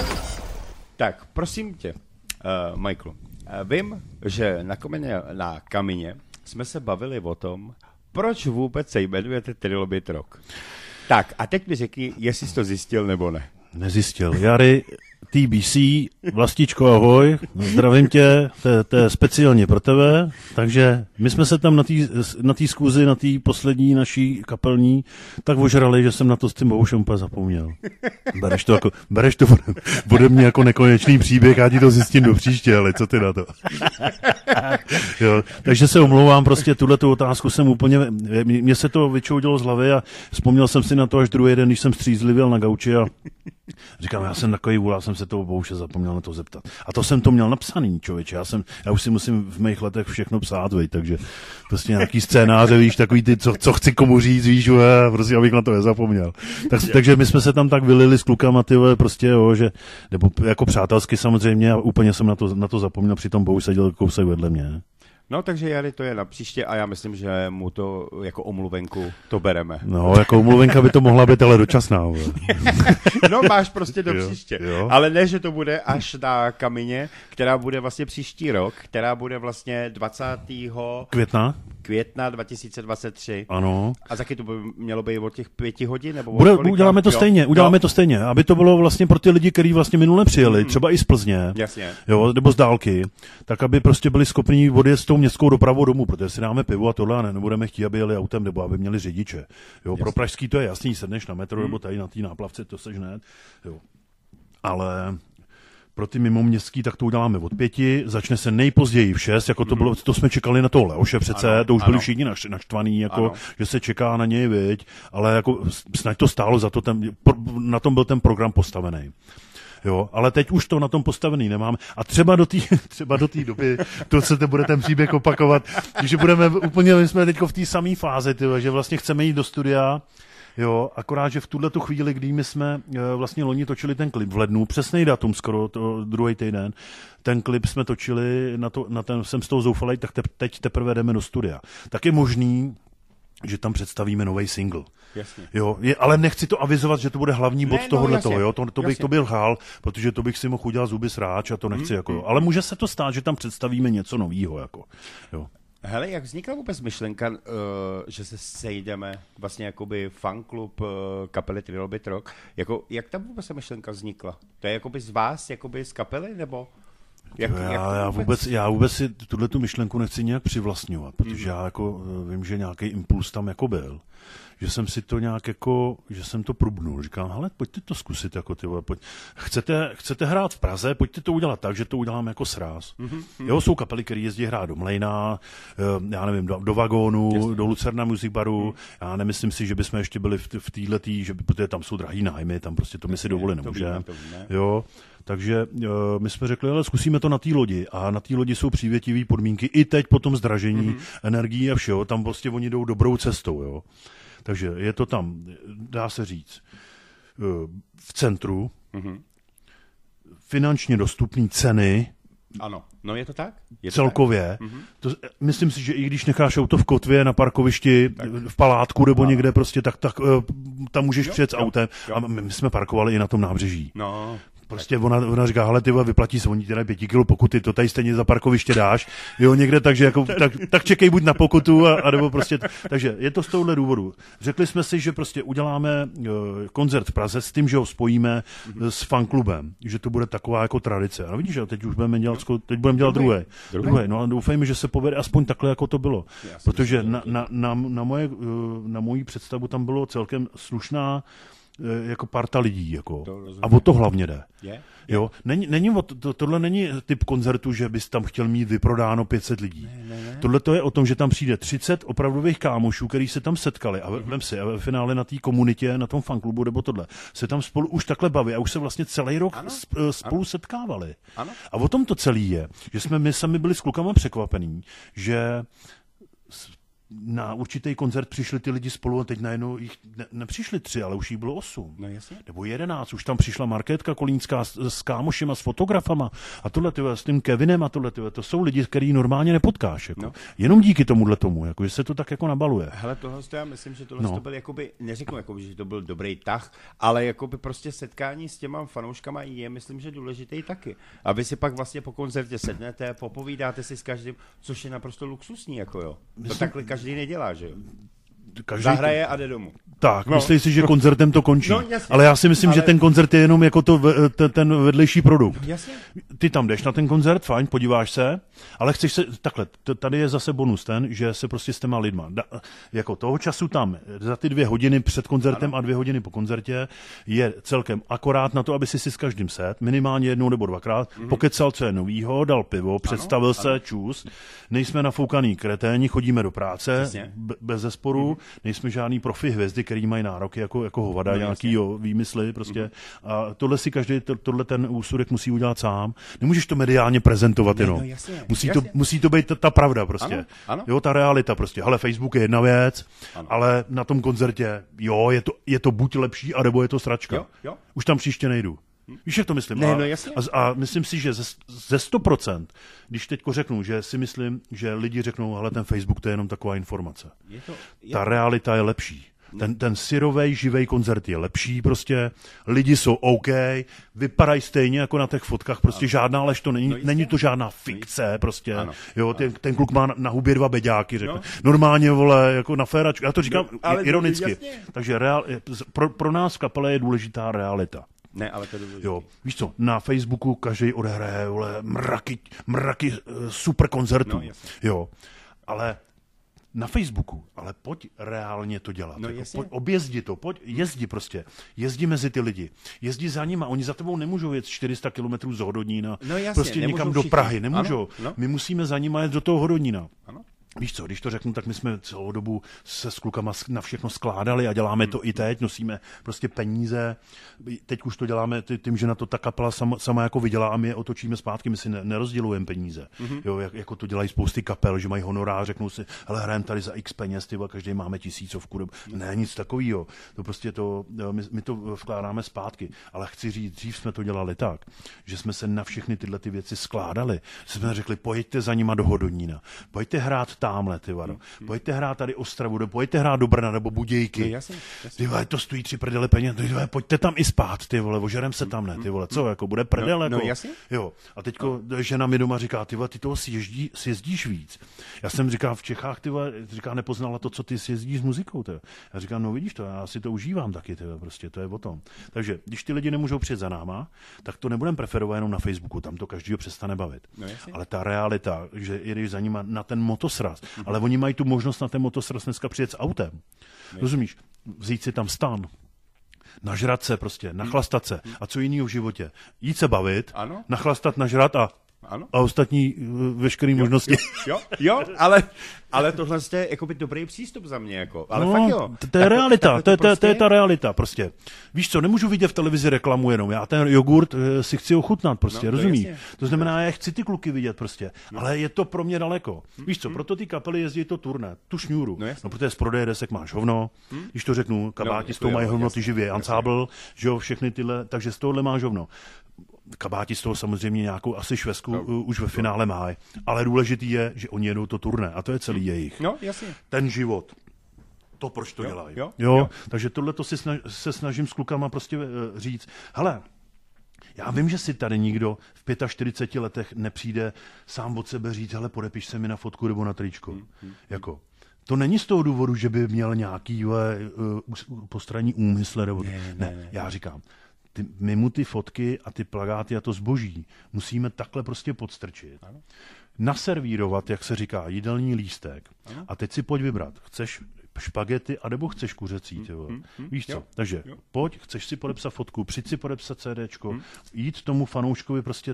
Tak, prosím tě, Michael, vím, že na Kamině jsme se bavili o tom, proč vůbec se jmenujete Trilobit Rock. Tak, a teď mi řekni, jestli jsi to zjistil nebo ne. Nezjistil. Jary, TBC, Vlastičko, ahoj, zdravím tě, to je speciálně pro tebe, takže my jsme se tam na té schůzi, na té poslední naší kapelní, tak ožrali, že jsem na to s tím Bohušem úplně zapomněl. Bereš to ode mě jako nekonečný příběh, já ti to zjistím do příště, ale co ty na to? Jo, takže se omlouvám, prostě tuhletu otázku jsem úplně, mně se to vyčoudilo z hlavy a vzpomněl jsem si na to až druhý den, když jsem střízlivěl na gauči a říkám, já jsem takový vůl, já jsem se toho Bohuše zapomněl na to zeptat. A to jsem to měl napsaný, člověče. Já už si musím v mých letech všechno psát, takže prostě nějaký scénáře, víš, takový ty, co chci komu říct, víš, prostě abych na to nezapomněl. Takže my jsme se tam tak vylili s klukama, prostě, jo, že, nebo jako přátelsky samozřejmě a úplně jsem na to zapomněl, přitom Bohuš seděl kousek vedle mě. No, takže Jary, to je na příště a já myslím, že mu to jako omluvenku to bereme. No, jako omluvenka by to mohla být, ale dočasná. No, máš prostě do příště. Jo. Ale ne, že to bude až na Kamině, která bude vlastně příští rok, která bude vlastně 20. května 2023. Ano. A taky to by mělo být od těch 5 hodin? Nebo uděláme to stejně, aby to bylo vlastně pro ty lidi, kteří vlastně minule přijeli, třeba i z Plzně, jasně. Jo, nebo z dálky, tak aby prostě byli schopni odjet s tou městskou dopravou domů, protože si dáme pivo a tohle a nebudeme chtít, aby jeli autem nebo aby měli řidiče. Jo, pro pražský to je jasný, sedneš na metro nebo tady na té náplavce, to seš hned. Jo. Ale pro ty mimoměstský, tak to uděláme od 5, začne se nejpozději v 6, jako to bylo, to jsme čekali na toho Leoše přece, ano, to už byli všichni naštvaný, jako, že se čeká na něj, viď, ale jako snad to stálo za to, na tom byl ten program postavený. Jo, ale teď už to na tom postavený nemáme. A třeba do té doby, to se bude ten příběh opakovat, že budeme úplně, my jsme teďko v té samé fázi, že vlastně chceme jít do studia, jo, akorát, že v tuhletu chvíli, kdy my jsme vlastně loni točili ten klip v lednu, přesnej datum skoro, to druhý týden, ten klip jsme točili, na ten jsem z toho zoufalej, tak teď teprve jdeme do studia. Tak je možný, že tam představíme nový single. Jasně. Jo, ale nechci to avizovat, že to bude hlavní bod tohohletoho, jo, to bych to byl lhal, protože to bych si mohl udělat zuby sráč a to nechci, jako, ale může se to stát, že tam představíme něco novýho, jako, jo. Hele, jak vznikla vůbec myšlenka, že se sejdeme, vlastně jakoby fanklub kapely Trilobit Rock, jako, jak tam vůbec myšlenka vznikla? To je jakoby z vás, jakoby z kapely, nebo? Já vůbec si tuhletu myšlenku nechci nějak přivlastňovat, protože já jako vím, že nějaký impuls tam jako byl, že jsem si to nějak jako, že jsem to prubnul, říkám, hele, pojďte to zkusit, jako ty vole, chcete hrát v Praze, pojďte to udělat tak, že to uděláme jako sráz. Jo, jsou kapely, které jezdí hrát do Mlejna, já nevím, do Vagónu, do Lucerna Music Baru, já nemyslím si, že bychom ještě byli v téhletý, protože tam jsou drahý nájmy, tam prostě to my si dovolit nemůžeme. Jo. Takže my jsme řekli, ale zkusíme to na té lodi a na té lodi jsou přívětivé podmínky i teď po tom zdražení energií a všeho, tam prostě oni jdou dobrou cestou, jo. Takže je to tam, dá se říct, v centru, finančně dostupné ceny. Ano, no je to tak? Celkově. To, myslím si, že i když necháš auto v kotvě na parkovišti, v Palátku nebo někde prostě, tak tam můžeš přijet s autem. A my jsme parkovali i na tom nábřeží. No. Prostě ona říká, hele, ty vyplatí se, oni ti dají 5 kilo pokuty, to tady stejně za parkoviště dáš, jo, někde, takže jako, tak čekej buď na pokutu, a nebo prostě, takže je to z tohohle důvodu. Řekli jsme si, že prostě uděláme koncert v Praze s tím, že ho spojíme s fanklubem, že to bude taková jako tradice. A vidíš, teď už budeme dělat druhý. No a doufejme, že se povede aspoň takhle, jako to bylo. Protože na moji představu tam bylo celkem slušná jako parta lidí, jako. A o to hlavně jde. Jo, tohle není typ koncertu, že bys tam chtěl mít vyprodáno 500 lidí. Ne. Tohle to je o tom, že tam přijde 30 opravdových kámošů, kteří se tam setkali a ve finále na té komunitě, na tom fanklubu nebo tohle, se tam spolu už takhle baví a už se vlastně celý rok spolu setkávali. Ano. A o tom to celý je, že jsme my sami byli s klukama překvapení, že na určitý koncert přišli ty lidi spolu a teď najednou jich nepřišli 3, ale už jich bylo 8. No jasně. Nebo 11. Už tam přišla Markétka Kolínská s kámošima, s fotografama a tohle, s tím Kevinem a tohle, to jsou lidi, který normálně nepotkáš. Jako. No. Jenom díky tomuhle tomu, jako, že se to tak jako nabaluje. Hele, tohle já myslím, že tohle to byl jakoby, neřeknu, jakoby, že to byl dobrý tah, ale jakoby prostě setkání s těma fanouškama je, myslím, že důležitý taky. Aby si pak vlastně po koncertě sednete, popovídáte si s každým, což je naprosto luxusní, jako jo. To takhle každý nedělá, že jo. Zahraje a jde domů. Tak, myslíš si, že koncertem to končí. No, jasně, ale já si myslím, že ten koncert je jenom jako ten vedlejší produkt. Jasně. Ty tam jdeš na ten koncert, fajn, podíváš se, ale chceš se, takhle, tady je zase bonus ten, že se prostě s těma lidma, jako toho času tam, za ty 2 hodiny před koncertem a 2 hodiny po koncertě je celkem akorát na to, aby si s každým set, minimálně 1 nebo 2krát, pokecal, co je novýho, dal pivo, představil se, čus, nejsme nafoukaný kreténi, chodíme do práce, bez zesporu, nejsme žádný profi hvězdy, který mají nároky jako hovada, nějaký výmysly prostě. A tohle si každý, tohle ten úsudek musí udělat sám. Nemůžeš to mediálně prezentovat jenom. Musí to být ta pravda prostě. Ano. Jo, ta realita prostě. Hele, Facebook je jedna věc, ale na tom koncertě, jo, je to buď lepší, anebo je to sračka. Jo. Už tam příště nejdu. Víš, jak to myslím? A myslím si, že ze 100%, když teďko řeknu, že si myslím, že lidi řeknou, ale ten Facebook to je jenom taková informace. Ta realita je lepší. Ten syrovej, živej koncert je lepší prostě, lidi jsou OK, vypadají stejně jako na těch fotkách, prostě žádná lež to není, není to žádná fikce prostě, jo, ten kluk má na hubě 2 beďáky, řekne. Normálně, vole, jako na féračku, já to říkám ironicky, takže pro nás v kapele je důležitá realita. Ne, ale to je důležitý. Jo, víš co, na Facebooku každý odehraje, vole, mraky super koncertů, jo, ale na Facebooku, ale pojď reálně to dělat. Pojď, objezdi to, jezdi prostě. Jezdi mezi ty lidi. Jezdi za nima. Oni za tebou nemůžou jet 400 kilometrů z Hodonína. Prostě někam do Prahy. Nemůžou. Ano. My musíme za nima jet do toho Hodonína. Ano. Víš co, když to řeknu, tak my jsme celou dobu se s klukama na všechno skládali a děláme to i teď, nosíme prostě peníze. Teď už to děláme tím, že na to ta kapela sama jako vydělá a my je otočíme zpátky, my si nerozdělujeme peníze. Jo, jako to dělají spousty kapel, že mají honorář, řeknou si, hele, hrajeme tady za x peněz, tyba, každý máme 1000. Ne, nic takového. To prostě my to vkládáme zpátky. Ale chci říct, dřív jsme to dělali tak, že jsme se na všechny tyhle ty věci skládali. Jsme řekli, pojďte za nima do Hodonína, pojďte hrát támhle, ty vado. Pojďte hrát tady Ostravu, pojďte hrát do Brna nebo Budějky. Ty vole, to stojí 3 prdele peněz, ty vole, pojďte tam i spát, ty vole, ožerem se tam, ne, ty vole, co, jako bude prdele, jako. Jo. A teďko žena mi doma říká, ty vole, ty toho sjezdíš víc. Já jsem říkal v Čechách, ty vole, říká, nepoznala to, co ty sjezdíš s muzikou, ty. Já říkám, no vidíš to, já si to užívám taky, ty vole, prostě, to je o tom. Takže, když ty lidi nemůžou přijet za náma, tak to nebudeme preferovat jenom na Facebooku, tam to každýho přestane bavit. Ale ta realita, že jdeš za nima na ten motosraz, ale oni mají tu možnost na ten motosraz dneska přijet s autem. Rozumíš? Vzít si tam stan, nažrat se prostě, nachlastat se. A co jiného v životě? Jít se bavit, nachlastat, nažrat a ostatní veškeré možnosti. Jo, ale tohle je jakoby dobrý přístup za mě. Jako. Ale no, fakt jo. To je realita, to je ta realita prostě. Víš co, nemůžu vidět v televizi reklamu jenom. Já ten jogurt si chci ochutnat prostě, rozumíš? To znamená, já chci ty kluky vidět prostě, ale je to pro mě daleko. Víš co, proto ty kapely jezdí to turné, tu šňůru. No, protože z prodeje desek máš hovno, když to řeknu, kabáti s tou mají hovno, ty živě, ansábl, že jo, všechny tyhle, takže z tohohle máš hovno. Kabáti z toho samozřejmě nějakou asi švestku už ve finále mají. Ale důležitý je, že oni jedou to turné a to je celý jejich. No, jasně. Ten život. To, proč to dělají. Jo. Takže tohle to se snažím s klukama prostě říct. Hele, já vím, že si tady nikdo v 45 letech nepřijde sám od sebe říct, hele, podepiš se mi na fotku nebo na tričko. Jako. To není z toho důvodu, že by měl nějaký postranní úmysl. Ne, já říkám, my mu ty fotky a ty plakáty a to zboží musíme takhle prostě podstrčit. Ano. Naservírovat, jak se říká, jídelní lístek. Ano. A teď si pojď vybrat. Chceš špagety, anebo chceš kuřecí. Víš co? Takže pojď, chceš si podepsat fotku, přijď si podepsat CDčko, jít tomu fanouškovi, prostě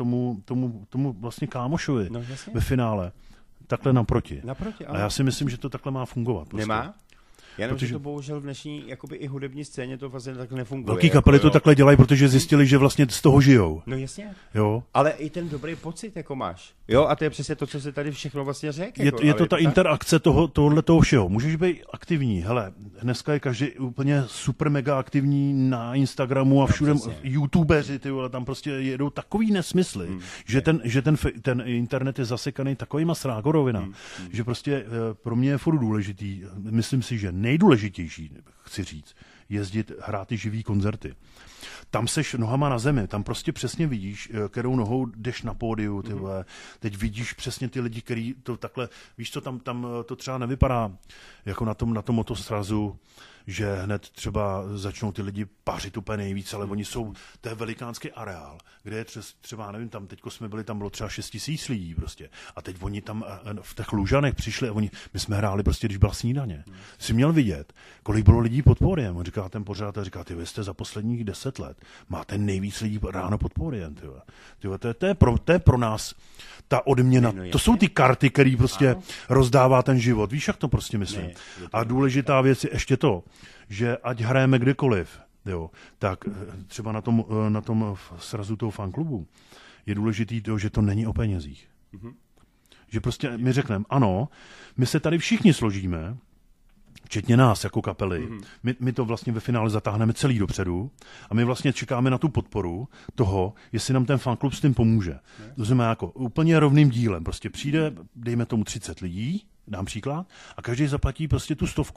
tomu vlastně kámošovi ve finále. Takhle naproti. A já si myslím, že to takhle má fungovat. Prostě. Nemá? Jenom, že to bohužel v dnešní jakoby i hudební scéně to vlastně tak nefunguje. Velký kapely to takhle dělají, protože zjistili, že vlastně z toho žijou. No jasně. Jo. Ale i ten dobrý pocit jako máš. Jo, a to je přesně to, co se tady všechno vlastně řekl. Je to ta interakce toho všeho. Můžeš být aktivní. Hele, dneska je každý úplně super mega aktivní na Instagramu a všude youtubeři, ty vole, tam prostě jedou takový nesmysly, že ten internet je zasekaný takovýma srágorovina, že prostě pro mě je furt důležitý, myslím si, že nejdůležitější, chci říct, jezdit, hrát ty živý koncerty. Tam seš nohama na zemi, tam prostě přesně vidíš, kterou nohou jdeš na pódiu, ty vole. Teď vidíš přesně ty lidi, kteří to takhle, víš co, tam to třeba nevypadá jako na tom motosrazu, že hned třeba začnou ty lidi pařit úplně nejvíc, ale oni jsou, to je velikánský areál, kde je třeba, nevím, tam teďko jsme byli, tam bylo třeba 6 000 lidí prostě. A teď oni tam v těch Lužanech přišli a my jsme hráli prostě, když byla snídaně. Jsi měl vidět, kolik bylo lidí pod pódiem. On říká ten pořád a říká, ty vy jste za posledních 10 let, máte nejvíc lidí ráno pod pódiem. To je pro nás ta odměna. To jsou ty karty, které prostě rozdává ten život. Víš, jak to prostě myslím? A důležitá věc je ještě to, že ať hrajeme kdekoliv, jo, tak třeba na tom srazu toho fanklubu je důležitý to, že to není o penězích. Že prostě my řekneme, ano, my se tady všichni složíme, včetně nás jako kapely, my to vlastně ve finále zatáhneme celý dopředu a my vlastně čekáme na tu podporu toho, jestli nám ten fanklub s tím pomůže. To znamená jako úplně rovným dílem. Prostě přijde, dejme tomu 30 lidí, dám příklad, a každý zaplatí prostě tu 100.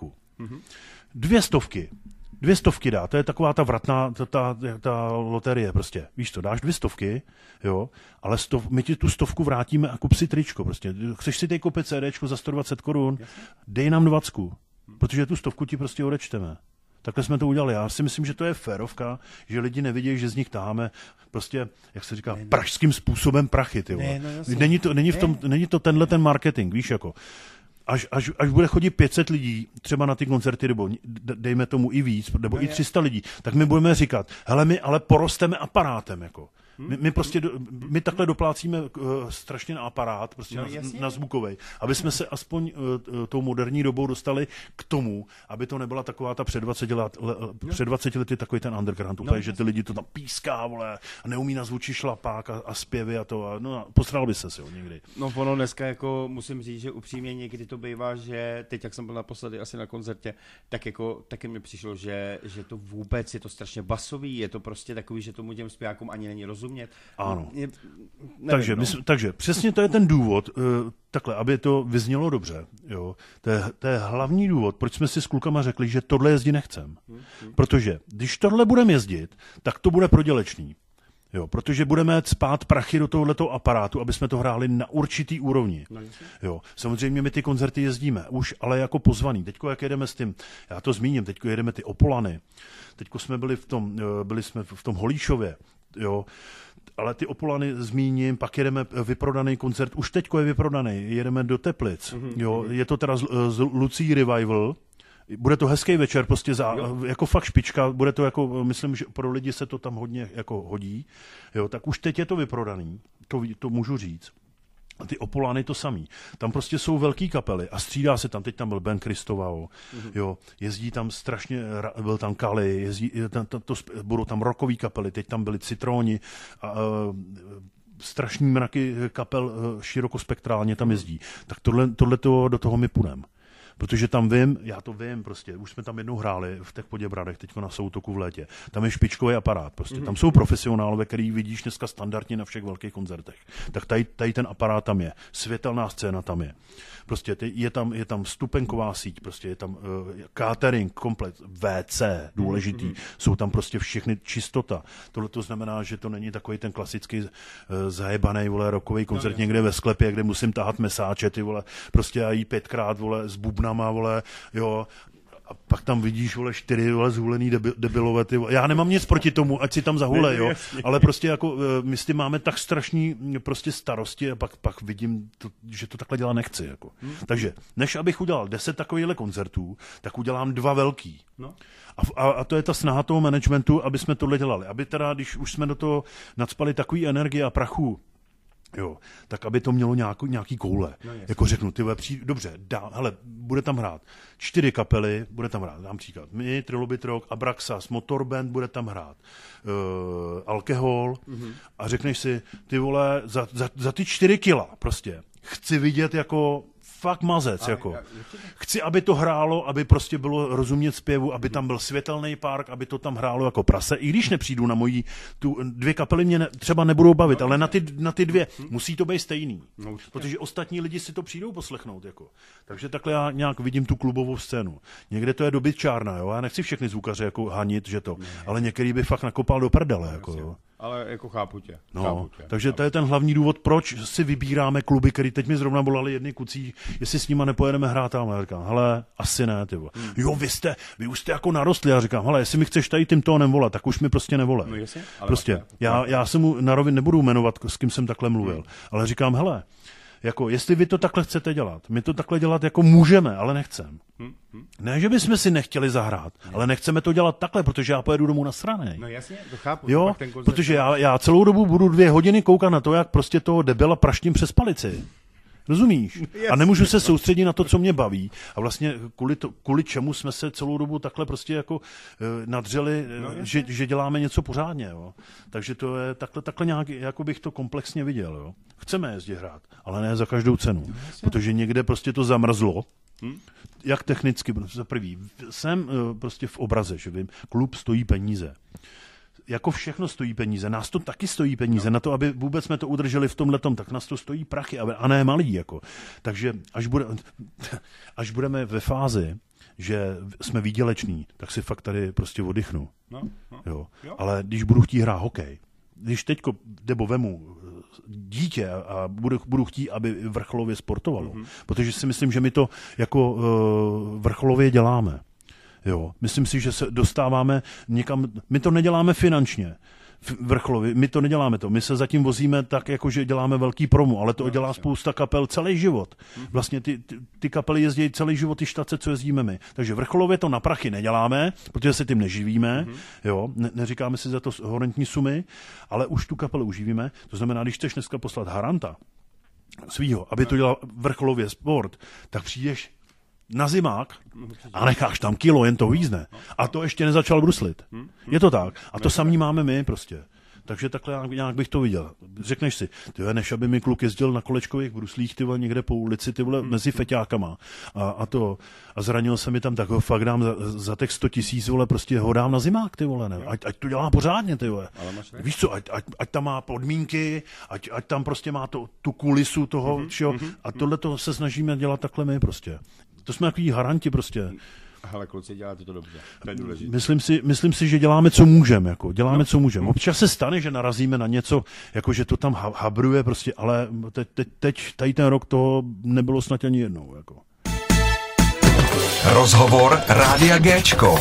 200 dá, to je taková ta vratná, ta loterie prostě, víš to, dáš 200, jo, ale my ti tu 100 vrátíme a kup si tričko prostě, chceš si teď koupit CDčko za 120 korun, dej nám 20, protože tu 100 ti prostě odečteme. Takhle jsme to udělali. Já si myslím, že to je férovka, že lidi nevidí, že z nich taháme prostě, jak se říká, pražským způsobem prachy, ty vole. Není to tenhle ten marketing, víš, jako. Až bude chodit 500 lidí třeba na ty koncerty, nebo dejme tomu i víc, nebo i 300 lidí, tak my budeme říkat, hele, my ale porosteme aparátem, jako. My takhle doplácíme strašně na aparát, prostě na zvukovej, aby jsme se aspoň tou moderní dobou dostali k tomu, aby to nebyla taková ta před 20 lety takový ten underground, úplně, že ty lidi to tam píská, vole, a neumí na zvučí šlapák a zpěvy a to, posral by se někdy. No ono dneska, jako musím říct, že upřímně někdy to bývá, že teď, jak jsem byl naposledy asi na koncertě, tak jako taky mi přišlo, že to vůbec je to strašně basový, je to prostě takový, že tomu těm zpěvákům ani není rozumět. Ano. Takže přesně to je ten důvod, takhle, aby to vyznělo dobře. Jo. To je hlavní důvod, proč jsme si s klukama řekli, že tohle jezdit nechcem. Protože když tohle budeme jezdit, tak to bude prodělečný. Jo, protože budeme cpát prachy do tohoto aparátu, aby jsme to hráli na určitý úrovni. Jo, samozřejmě my ty koncerty jezdíme, už ale jako pozvaný. Teďko jak jedeme s tím, já to zmíním, teďko jedeme ty Opolany, teďko jsme byli v tom Holíšově, jo, ale ty Opolany zmíním, pak jedeme vyprodaný koncert, už teďko je vyprodaný, jedeme do Teplic, jo, je to teda z Lucí Revival. Bude to hezký večer, prostě jako fakt špička, bude to jako, myslím, že pro lidi se to tam hodně jako hodí, jo, tak už teď je to vyprodaný, to můžu říct. A ty Opolany to samý. Tam prostě jsou velký kapely a střídá se tam, teď tam byl Ben Kristovao, jo, jezdí tam strašně, byl tam Kali, budou tam rockový kapely, teď tam byli Citróni, strašný mraky kapel širokospektrálně tam jezdí. Tak tohleto do toho my půjdeme. Protože tam já to vím prostě, už jsme tam jednou hráli v těch Poděbradech, teďko na Soutoku v létě. Tam je špičkový aparát prostě, tam jsou profesionálové, který vidíš dneska standardně na všech velkých koncertech. Tak tady ten aparát tam je, světelná scéna tam je. Prostě je tam stupenková síť, prostě je tam catering, komplet, WC, důležitý, jsou tam prostě všechny čistota. Tohle to znamená, že to není takový ten klasický zajebaný, vole, rockový koncert někde ve sklepě, kde musím tahat mesáče, ty vole, prostě a jí 5krát, vole, s bubnama, vole, jo, a pak tam vidíš, vole, 4, vole, zhulený debilové, ty vole. Já nemám nic proti tomu, ať si tam zahule, jo, ale prostě jako my s tím máme tak strašný prostě starosti a pak vidím, že to takhle dělat nechci, jako. Takže, než abych udělal 10 takovýchhle koncertů, tak udělám 2 velký. No. A to je ta snaha toho managementu, aby jsme tohle dělali. Aby teda, když už jsme do toho nacpali takový energie a prachu, jo, tak aby to mělo nějaký koule. No, jako řeknu, ty dobře, hele, bude tam hrát 4 kapely, bude tam hrát například my, Trilobit Rock, Abraxas, Motorband, bude tam hrát Alkohol a řekneš si, ty vole, za ty 4 kila prostě chci vidět jako fakt mazec, jako. Chci, aby to hrálo, aby prostě bylo rozumět zpěvu, aby tam byl světelný park, aby to tam hrálo jako prase. I když nepřijdu na mojí, 2 kapely mě třeba nebudou bavit, ale na ty 2 musí to být stejný. Protože ostatní lidi si to přijdou poslechnout, jako. Takže takhle já nějak vidím tu klubovou scénu. Někde to je dobytčárna, jo. Já nechci všechny zvukaře jako hanit, že to, ale některý by fakt nakopal do prdele, jako, jo. Ale jako chápu tě. Takže to je ten hlavní důvod, proč si vybíráme kluby, který teď mi zrovna volali jedny kucí, jestli s nima nepojedeme hrát tam. Já říkám, hele, asi ne, ty vole. Jo, vy už jste jako narostli. Já říkám, hele, jestli mi chceš tady tím tónem volat, tak už mi prostě nevole. No jasně, prostě, já se mu na rovin nebudu jmenovat, s kým jsem takhle mluvil, ale říkám, hele, jako, jestli vy to takhle chcete dělat, my to takhle dělat jako můžeme, ale nechcem. Ne, že bychom si nechtěli zahrát, ale nechceme to dělat takhle, protože já pojedu domů nasranej. No jasně, to chápu. Jo, protože já celou dobu budu 2 hodiny koukat na to, jak prostě toho debila praštím přes palici. Rozumíš? A nemůžu se soustředit na to, co mě baví. A vlastně kvůli čemu jsme se celou dobu takhle prostě jako nadřeli, že děláme něco pořádně. Jo? Takže to je takhle nějak, jako bych to komplexně viděl. Jo? Chceme jezdit hrát, ale ne za každou cenu. Protože někde prostě to zamrzlo. Jak technicky, za prvý, jsem prostě v obraze, že vím, klub stojí peníze. Jako všechno stojí peníze, nás to taky stojí peníze, na to, aby vůbec jsme to udrželi v tomhletom, tak nás to stojí prachy, a ne malý, jako. Takže až budeme ve fázi, že jsme výděleční, tak si fakt tady prostě oddychnu. Jo. Ale když budu chtít hrát hokej, když teďko vemu dítě a budu chtít, aby vrcholově sportovalo, protože si myslím, že my to jako vrcholově děláme. Jo, myslím si, že se dostáváme někam, my to neděláme finančně, vrcholově, my to neděláme to, my se zatím vozíme tak, jako že děláme velký promo, ale to dělá spousta kapel celý život. Vlastně ty kapely jezdí celý život, ty štace, co jezdíme my. Takže vrcholově to na prachy neděláme, protože se tím neživíme, jo, neříkáme si za to horentní sumy, ale už tu kapelu uživíme, to znamená, když chceš dneska poslat Haranta svýho, aby to dělal vrcholově sport, tak přijdeš na zimák a necháš tam kilo, jen to vízne. A to ještě nezačal bruslit. Je to tak. A to samý máme my prostě. Takže takhle nějak bych to viděl. Řekneš si, tyhle, než aby mi kluk jezdil na kolečkových bruslích, tyhle, někde po ulici, tyhle, mezi feťákama. A zranil se mi tam, tak ho fakt dám za těch 100 000, vole, prostě ho dám na zimák, ty vole, ne? Ať to dělá pořádně, ty vole. Víš co, ať tam má podmínky, ať tam prostě má tu kulisu toho, a tohle to se snažíme dělat takhle my prostě. To jsme takový garanti prostě. Ale kluci, děláte to dobře. To je důležité. Myslím si, že děláme, co můžeme. Jako. Děláme, co můžeme. Občas se stane, že narazíme na něco, jako že to tam habruje prostě, ale teď tady ten rok to nebylo snad ani jednou. Jako. Rozhovor Rádia Géčko.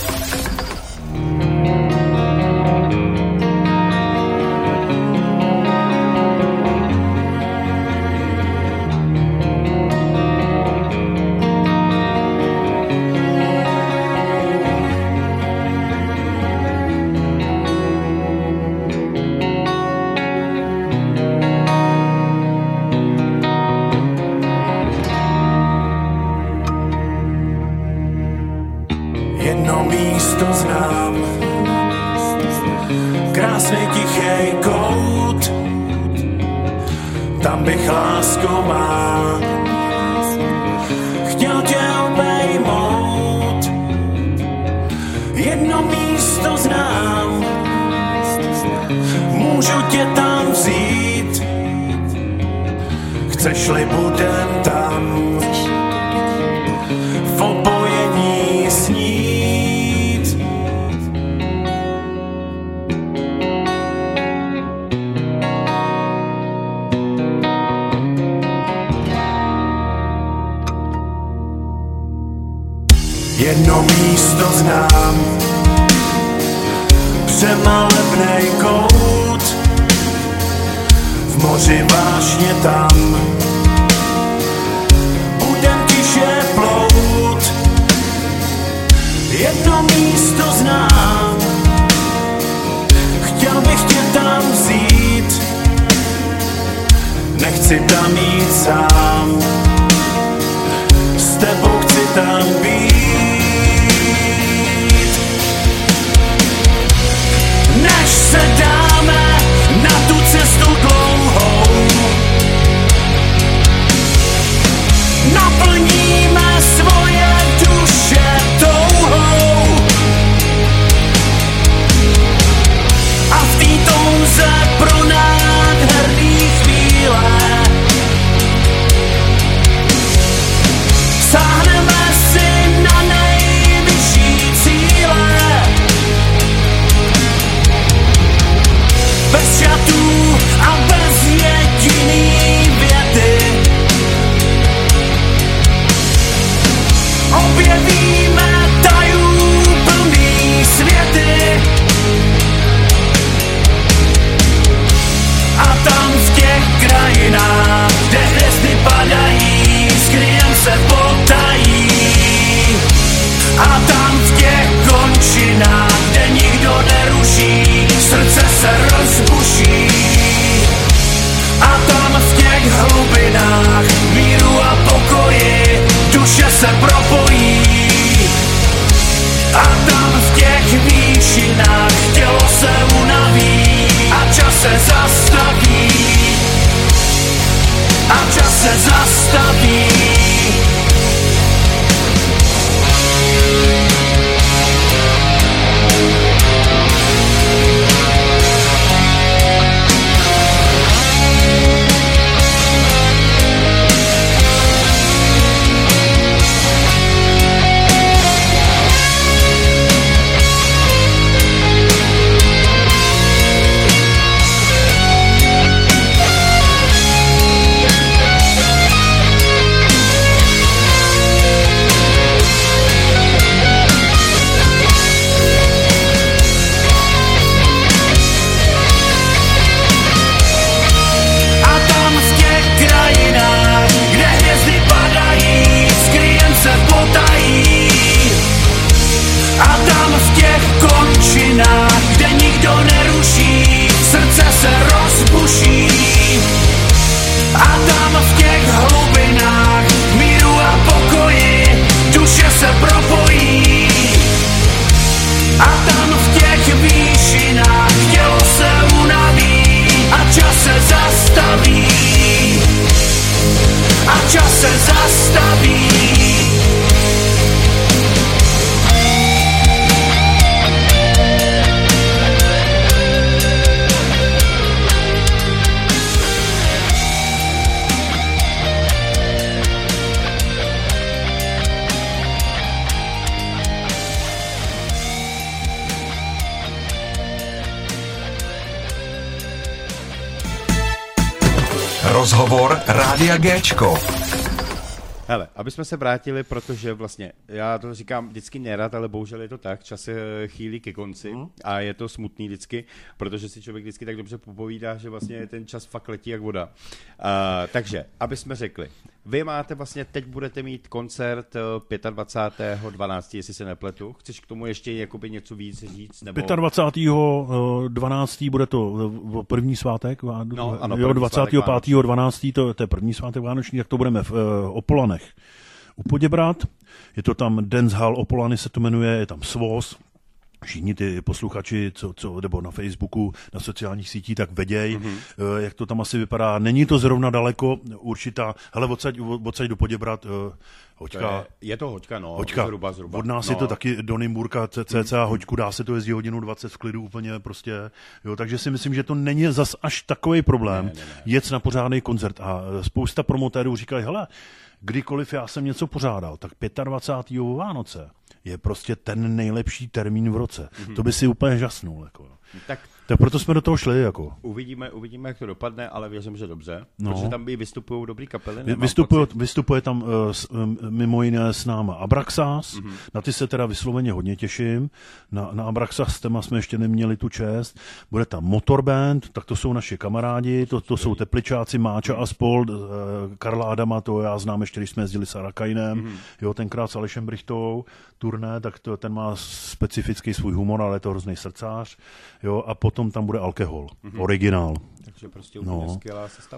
Chceš-li budem tam v opojení snít. Jedno místo znám, přemalebnej kout, v moři vášně tam budem tiše plout. Jedno místo znám, chtěl bych tě tam vzít, nechci tam jít sám, s tebou chci tam být. Než se dáme na tu cestu dlouhou, naplníme svoje duše touhou a v té touze pro nádherný chvíle sáhneme si na nejvyšší cíle. Bez šatů a bez jediný věty objevíme tajuplný světy. A tam v těch krajinách, kde hvězdy padají, skryjem se potají. A tam v těch končinách, kde nikdo neruší, srdce se rozbuší. A tam v těch hlubinách míru a pokoji duše se propojí. A tam v těch výšinách tělo se unaví a čas se zastaví. A čas se zastaví. Kde nikdo neruší, srdce se rozbuší. A tam v těch hlubinách míru a pokoji duše se propojí. A tam v těch výšinách tělo se unaví a čas se zastaví. A čas se zastaví. Rozhovor Rádia Géčko. Hele, aby jsme se vrátili, protože vlastně, já to říkám vždycky nerad, ale bohužel je to tak, čas se chýlí ke konci a je to smutný vždycky, protože si člověk vždycky tak dobře popovídá, že vlastně ten čas fakt letí jak voda. Takže, aby jsme řekli, vy máte vlastně, teď budete mít koncert 25.12., jestli se nepletu. Chceš k tomu ještě jakoby něco víc říct? Nebo... 25.12. bude to první svátek, no, ano, 25.12. to je první svátek vánoční, tak to budeme v Opolanech u Poděbrad. Je to tam Dancehall Opolany se to jmenuje, je tam Svoz. Všichni ty posluchači, co nebo na Facebooku, na sociálních sítích, tak vědějí, jak to tam asi vypadá. Není to zrovna daleko, určitá, hele, odsaď do Poděbrad, hoďka. Je to hoďka, no, hoďka. Zhruba. Od nás je to taky do Nymburka, cca hoďku, dá se to jezdit hodinu 20 v klidu úplně prostě, jo, takže si myslím, že to není zas až takový problém, ne. Jet na pořádný koncert a spousta promotérů říkají, hele, kdykoliv já jsem něco pořádal, tak 25. Vánoce je prostě ten nejlepší termín v roce. To by si úplně žasnul. Jako. Tak proto jsme do toho šli. Jako. Uvidíme, jak to dopadne, ale věřím, že dobře. No. Protože tam vystupují dobrý kapely. Vystupuje tam mimo jiné s náma Abraxas. Na ty se teda vysloveně hodně těším. Na Abraxas s téma jsme ještě neměli tu čest. Bude tam Motorband, tak to jsou naši kamarádi, to jsou Tepličáci, Máča a spol, Karla Adama, to já znám ještě, když jsme jezdili s Arakajnem, jo, tenkrát s Alešem Brichtou, turné, tak ten má specifický svůj humor, ale je to hrozný srdcář, jo, a potom tam bude Alkohol, originál. Takže prostě úplně skvělá sestava.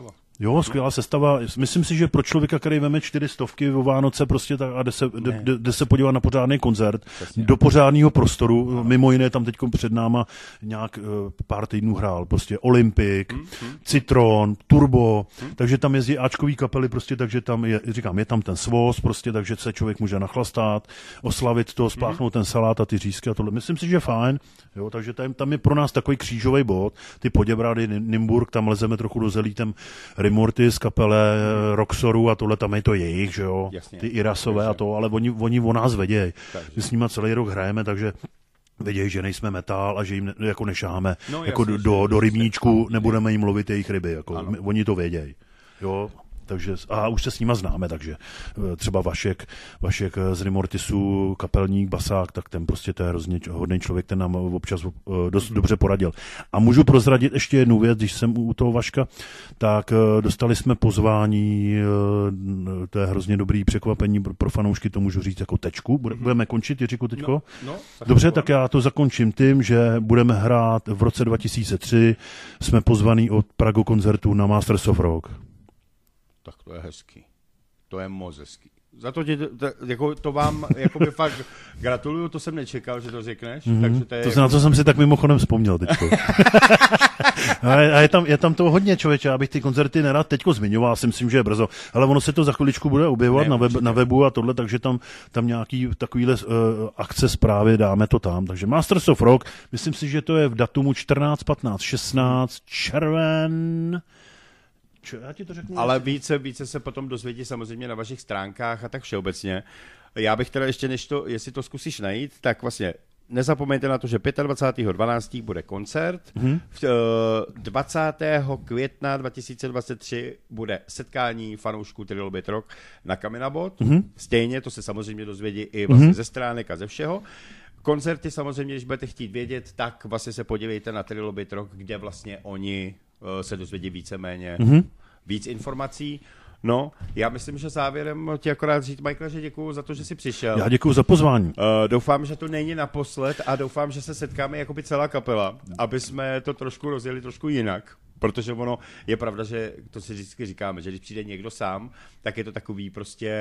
Jo, skvělá sestava. Myslím si, že pro člověka, který veme 400 o Vánoce prostě a jde se podívat na pořádný koncert, přesně, do pořádného prostoru, ano. Mimo jiné tam teď před náma nějak pár týdnů hrál prostě Olympic, Citron, Turbo, takže tam jezdí áčkový kapely prostě, takže tam je tam ten svoz prostě, takže se člověk může nachlastat, oslavit to, spláchnout ten salát a ty řízky a tohle. Myslím si, že fajn, jo, takže tam je pro nás takový křížový bod, ty Poděbrady, Nymburk, tam lezeme trochu do zelítem Rimortis, kapele Roxoru a tohle, tam je to jejich, že jo, jasně, ty Irasové a to, ale oni o nás vědějí. My s nima celý rok hrajeme, takže vědějí, že nejsme metal a že jim jako nešáme jako do rybníčku, nebudeme jim lovit jejich ryby, jako oni to vědějí. Jo. Takže, a už se s nima známe, takže třeba Vašek z Rimortisu, kapelník, basák, tak ten prostě to je hrozně hodný člověk, ten nám občas dost dobře poradil. A můžu prozradit ještě jednu věc, když jsem u toho Vaška, tak dostali jsme pozvání, to je hrozně dobrý překvapení pro fanoušky, to můžu říct jako tečku. Budeme končit, Jiříku, teďko? No, dobře, tak já to zakončím tím, že budeme hrát v roce 2003, jsme pozvaní od Prago koncertu na Masters of Rock. Tak to je hezký. To je moc hezký. Za to, to vám jakoby fakt gratuluju, to jsem nečekal, že to řekneš. Takže to je na to jsem si tak mimochodem vzpomněl teďko. A je tam toho hodně, člověče, abych ty koncerty nerad teďko zmiňoval, si myslím, že je brzo. Ale ono se to za chviličku bude objevovat na webu a tohle, takže tam nějaký takovýhle akce zprávy dáme to tam. Takže Masters of Rock, myslím si, že to je v datumu 14, 15, 16 červen. Já ti to řeknu. Ale více se potom dozvědí samozřejmě na vašich stránkách a tak všeobecně. Já bych teda ještě, jestli to zkusíš najít, tak vlastně nezapomeňte na to, že 25.12. bude koncert, 20. května 2023 bude setkání fanoušků Trilobit Rock na Kamenabot. Stejně, to se samozřejmě dozvědí i vlastně ze stránek a ze všeho. Koncerty samozřejmě, když budete chtít vědět, tak vlastně se podívejte na Trilobit Rock, kde vlastně oni se dozvědí víceméně víc informací. No, já myslím, že závěrem ti akorát říct, Michael, že děkuju za to, že jsi přišel. Já děkuju za pozvání. Doufám, že to není naposled a doufám, že se setkáme jakoby celá kapela, aby jsme to trošku rozjeli trošku jinak. Protože ono je pravda, že to si vždycky říkáme, že když přijde někdo sám, tak je to takový prostě,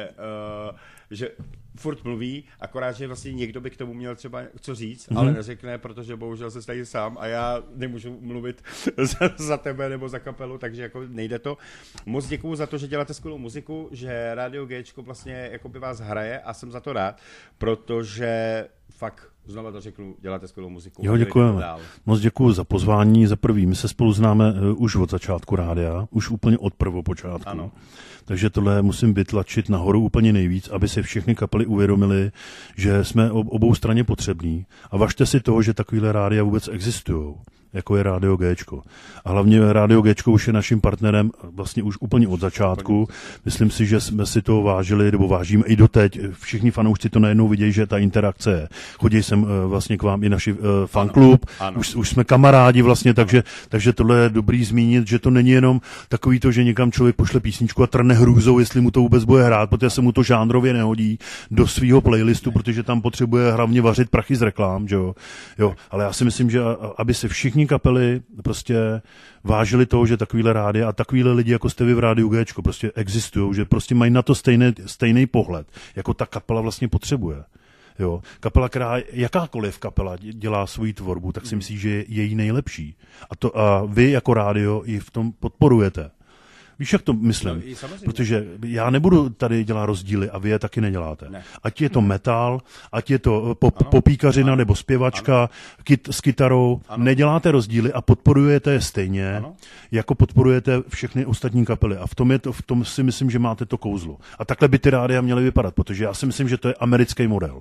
že furt mluví, akorát, že vlastně někdo by k tomu měl třeba co říct, ale neřekne, protože bohužel se stají sám a já nemůžu mluvit za tebe nebo za kapelu, takže jako nejde to. Moc děkuju za to, že děláte skvělou muziku, že Radio Géčko vlastně jako by vás hraje a jsem za to rád, protože fakt znovu to řeknu, děláte skvělou muziku. Jo, děkujeme. Moc děkuju za pozvání. Za prvý, my se spolu známe už od začátku rádia, už úplně od prvopočátku. Ano. Takže tohle musím vytlačit nahoru úplně nejvíc, aby si všechny kapely uvědomili, že jsme obou straně potřební. A važte si toho, že takovýhle rádia vůbec existují, jako je Radio Géčko. A hlavně Radio Géčko už je naším partnerem vlastně už úplně od začátku. Myslím si, že jsme si to vážili, nebo vážíme i doteď. Všichni fanoušci to najednou vidějí, že ta interakce je. Chodí sem vlastně k vám i naši fanklub, už jsme kamarádi vlastně, takže tohle je dobrý zmínit, že to není jenom takový to, že někam člověk pošle písničku a trne hrůzou, jestli mu to vůbec bude hrát, protože se mu to žánrově nehodí do svého playlistu, protože tam potřebuje hlavně vařit prachy z reklám, že jo. Ale já si myslím, že aby se všichni kapely prostě vážili toho, že takovýhle rádia a takovýhle lidi, jako jste vy v Rádiu Géčko, prostě existují, že prostě mají na to stejný pohled, jako ta kapela vlastně potřebuje. Jo. Kapela, která jakákoliv kapela dělá svoji tvorbu, tak si myslí, že je její nejlepší. A vy jako rádio ji v tom podporujete. Víš, jak to myslím? No, protože já nebudu tady dělat rozdíly a vy je taky neděláte. Ne. Ať je to metal, ať je to popíkařina nebo zpěvačka s kytarou, neděláte rozdíly a podporujete je stejně, jako podporujete všechny ostatní kapely. A v tom si myslím, že máte to kouzlo. A takhle by ty rádia měly vypadat, protože já si myslím, že to je americký model.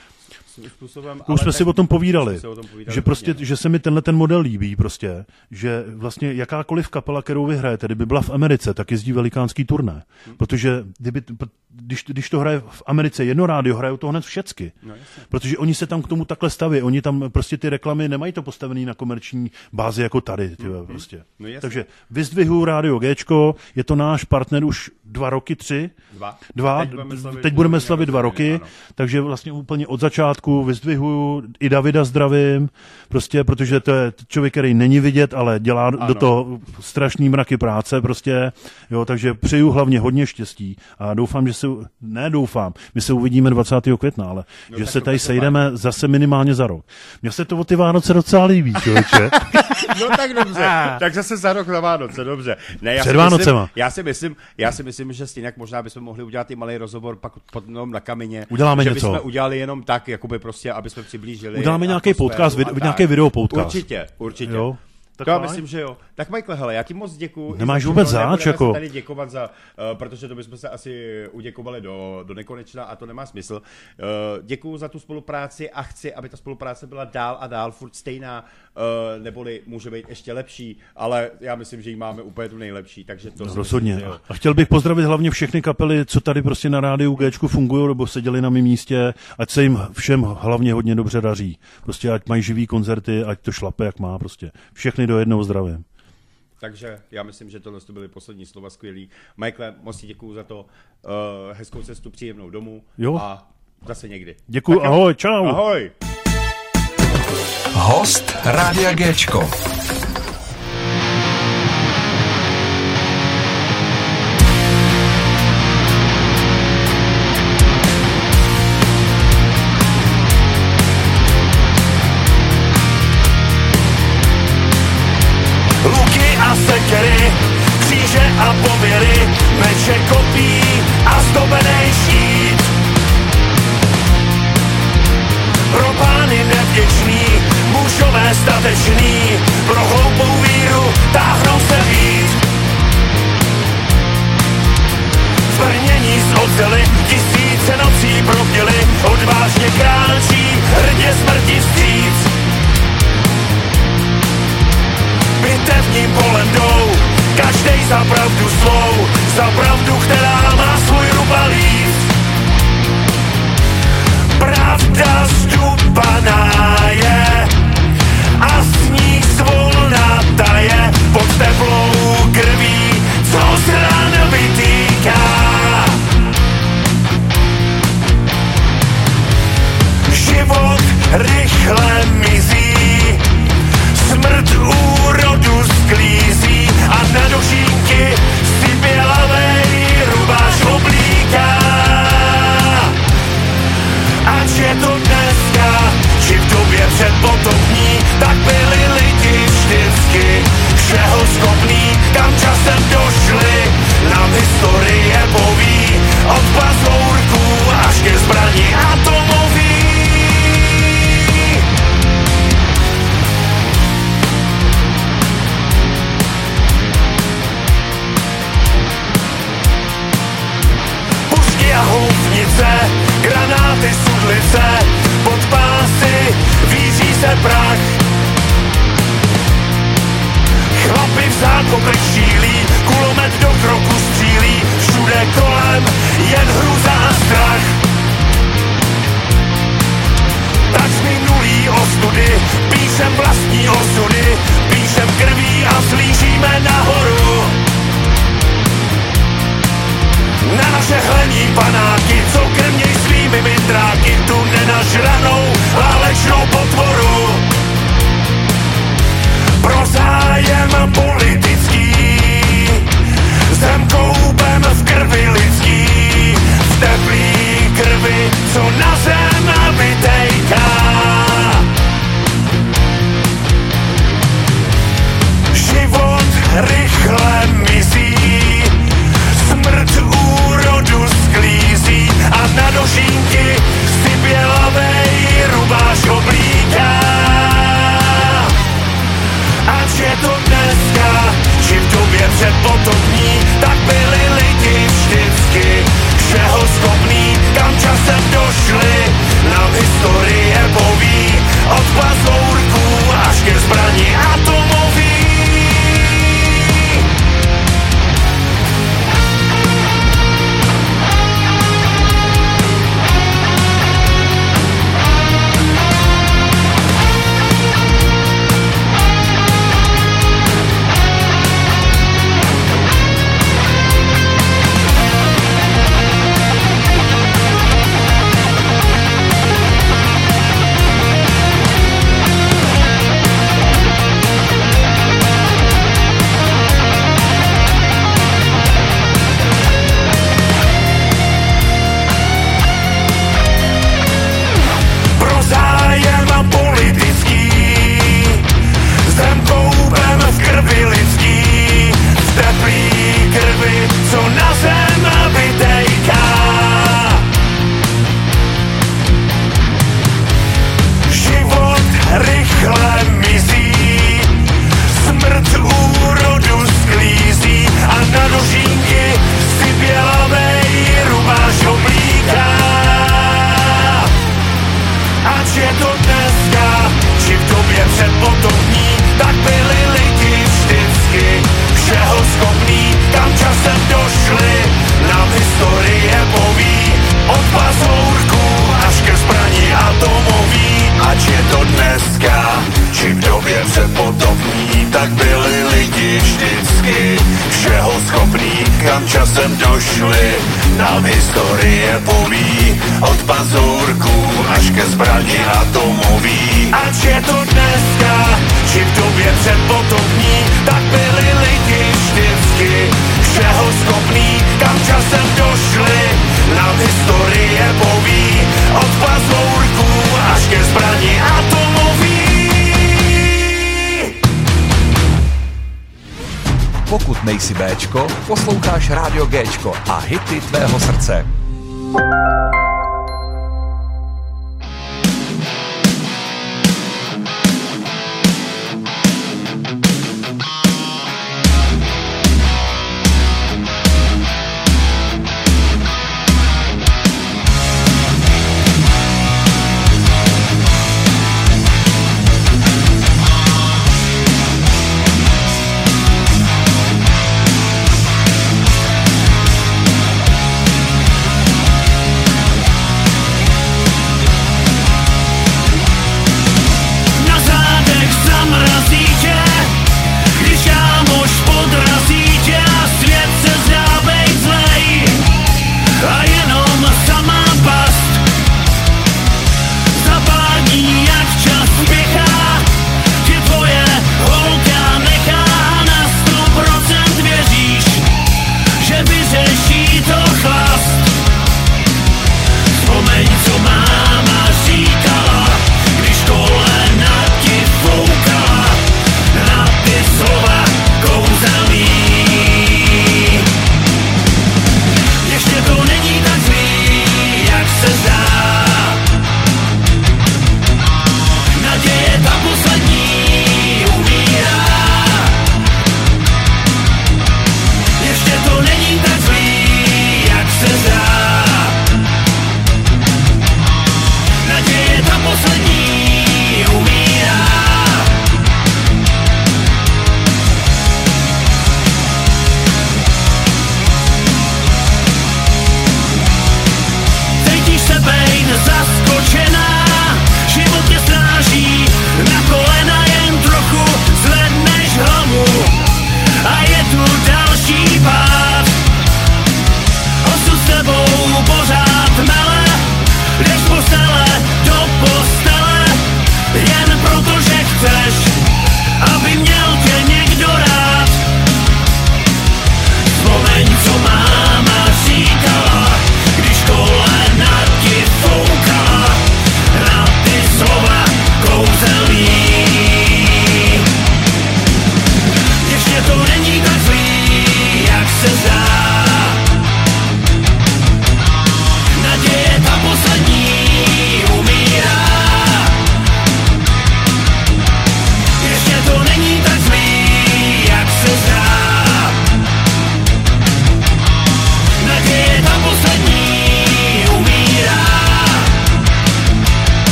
Už jsme si o tom povídali, že prostě, že se mi ten model líbí prostě, že vlastně jakákoliv kapela, kterou vy hrajete, kdyby byla v Americe, tak jezdí velikánský turné, protože když to hraje v Americe jedno rádio, hrajou to hned všecky, protože oni se tam k tomu takhle staví, oni tam prostě ty reklamy nemají to postavený na komerční bázi jako tady, prostě. Takže vyzdvihuju Rádio Géčko, je to náš partner už 2 roky, 3? Dva. Teď budeme slavit 2 roky, takže vlastně úplně od začátku Géčku, vyzdvihuju, i Davida zdravím, prostě, protože to je člověk, který není vidět, ale dělá do toho strašný mraky práce, prostě, jo, takže přeju hlavně hodně štěstí a doufám, že my se uvidíme 20. května, ale že se tady sejdeme zase minimálně za rok. Mně se to o ty Vánoce docela líbí, člověče. No tak dobře, tak zase za rok na Vánoce, dobře. Ne, před Vánocema. Já si myslím, že jinak možná bychom mohli udělat i malý rozhovor pak potom na Kameně. Uděláme že něco. bychom udělali jenom tak, jakoby prostě, aby jsme přiblížili. Uděláme nějaký podcast, nějaký video podcast. Určitě. Jo? Tak já myslím, že jo. Tak Michael, hele, já ti moc děkuju. Nemáš vůbec zač, jako. Tady děkovat za, protože to bychom se asi uděkovali do nekonečna a to nemá smysl. Děkuju za tu spolupráci a chci, aby ta spolupráce byla dál a dál furt stejná, neboli může být ještě lepší, ale já myslím, že ji máme úplně tu nejlepší, takže to rozhodně. Myslím, a chtěl bych pozdravit hlavně všechny kapely, co tady prostě na rádiu Géčku fungují, nebo seděli na mém místě, ať se jim všem hlavně hodně dobře daří. Prostě ať mají živý koncerty, ať to šlape jak má, prostě. Všechny do jednou zdravím. Takže já myslím, že tohle byly poslední slova skvělý. Michael, moc ti děkuju za to, hezkou cestu, příjemnou domů a zase někdy. Děkuju, ahoj, čau. Ahoj. Host Rádia Géčko. A sekery, kříže a pověry, meče, kopí a zdobenej štít. Pro pány nevděčný, mužové statečný, pro hloupou víru táhnou se víc. Zbrnění z oceli, tisíce nocí probděli, odvážně kráčí, hrdě smrti vstříc. Bitevním polem jdou, každej za pravdu svou, za pravdu, která má svůj rubalíc. Pravda zdupaná je a sníh zvolna taje pod teplou krví, co z ran vytýká. Život rychle mizí, smrt úrodu sklízí a na dožínky si bělavej rubáš oblíká. Ať je to dneska, či v době předpotopní, tak byli lidi vždycky všeho schopní, kam časem došli, nám historie poví, od pazourků až ke zbraní atomový. A houfnice, granáty, sudlice, pod pásy víří se prach. Chlapi v zákopech šílí, kulomet do kroku střílí, všude kolem jen hrůza a strach. Tak z minulý ostudy píšem vlastní osudy, píšem krví a slížíme nahoru. Na naše hlení panáky, co krměj svými mindráky, tu nenažranou válečnou potvoru. Pro zájem politický, zem koupem v krvi lidský, v teplý krvi, co na zem vytejká. Život rychle mizí, smrt úrodu sklízí a na dožínky si bělavej rubáš oblíká. Ať je to dneska, či v době předpotopní, tak byli lidi vždycky všeho schopní, kam časem došli, době předpotomní, tak byli lidi vždycky všeho schopní, kam časem došli, nám historie poví, od pazourků až ke zbraní atomový. Ať je to dneska, či v době předpotopní, tak byli lidi vždycky všeho schopní, kam časem došli, nám historie poví, od pazourků až ke zbraní atomový. Ať je to dneska, či v době předpotopní, tak byli lidi vždycky všeho schopní, kam časem došli, nám historie poví, od pazourků až ke zbraní atomový. Pokud nejsi Béčko, posloucháš Rádio Géčko a hity tvého srdce.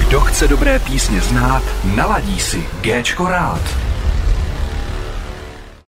Kdo chce dobré písně znát, naladí si Géčko rád.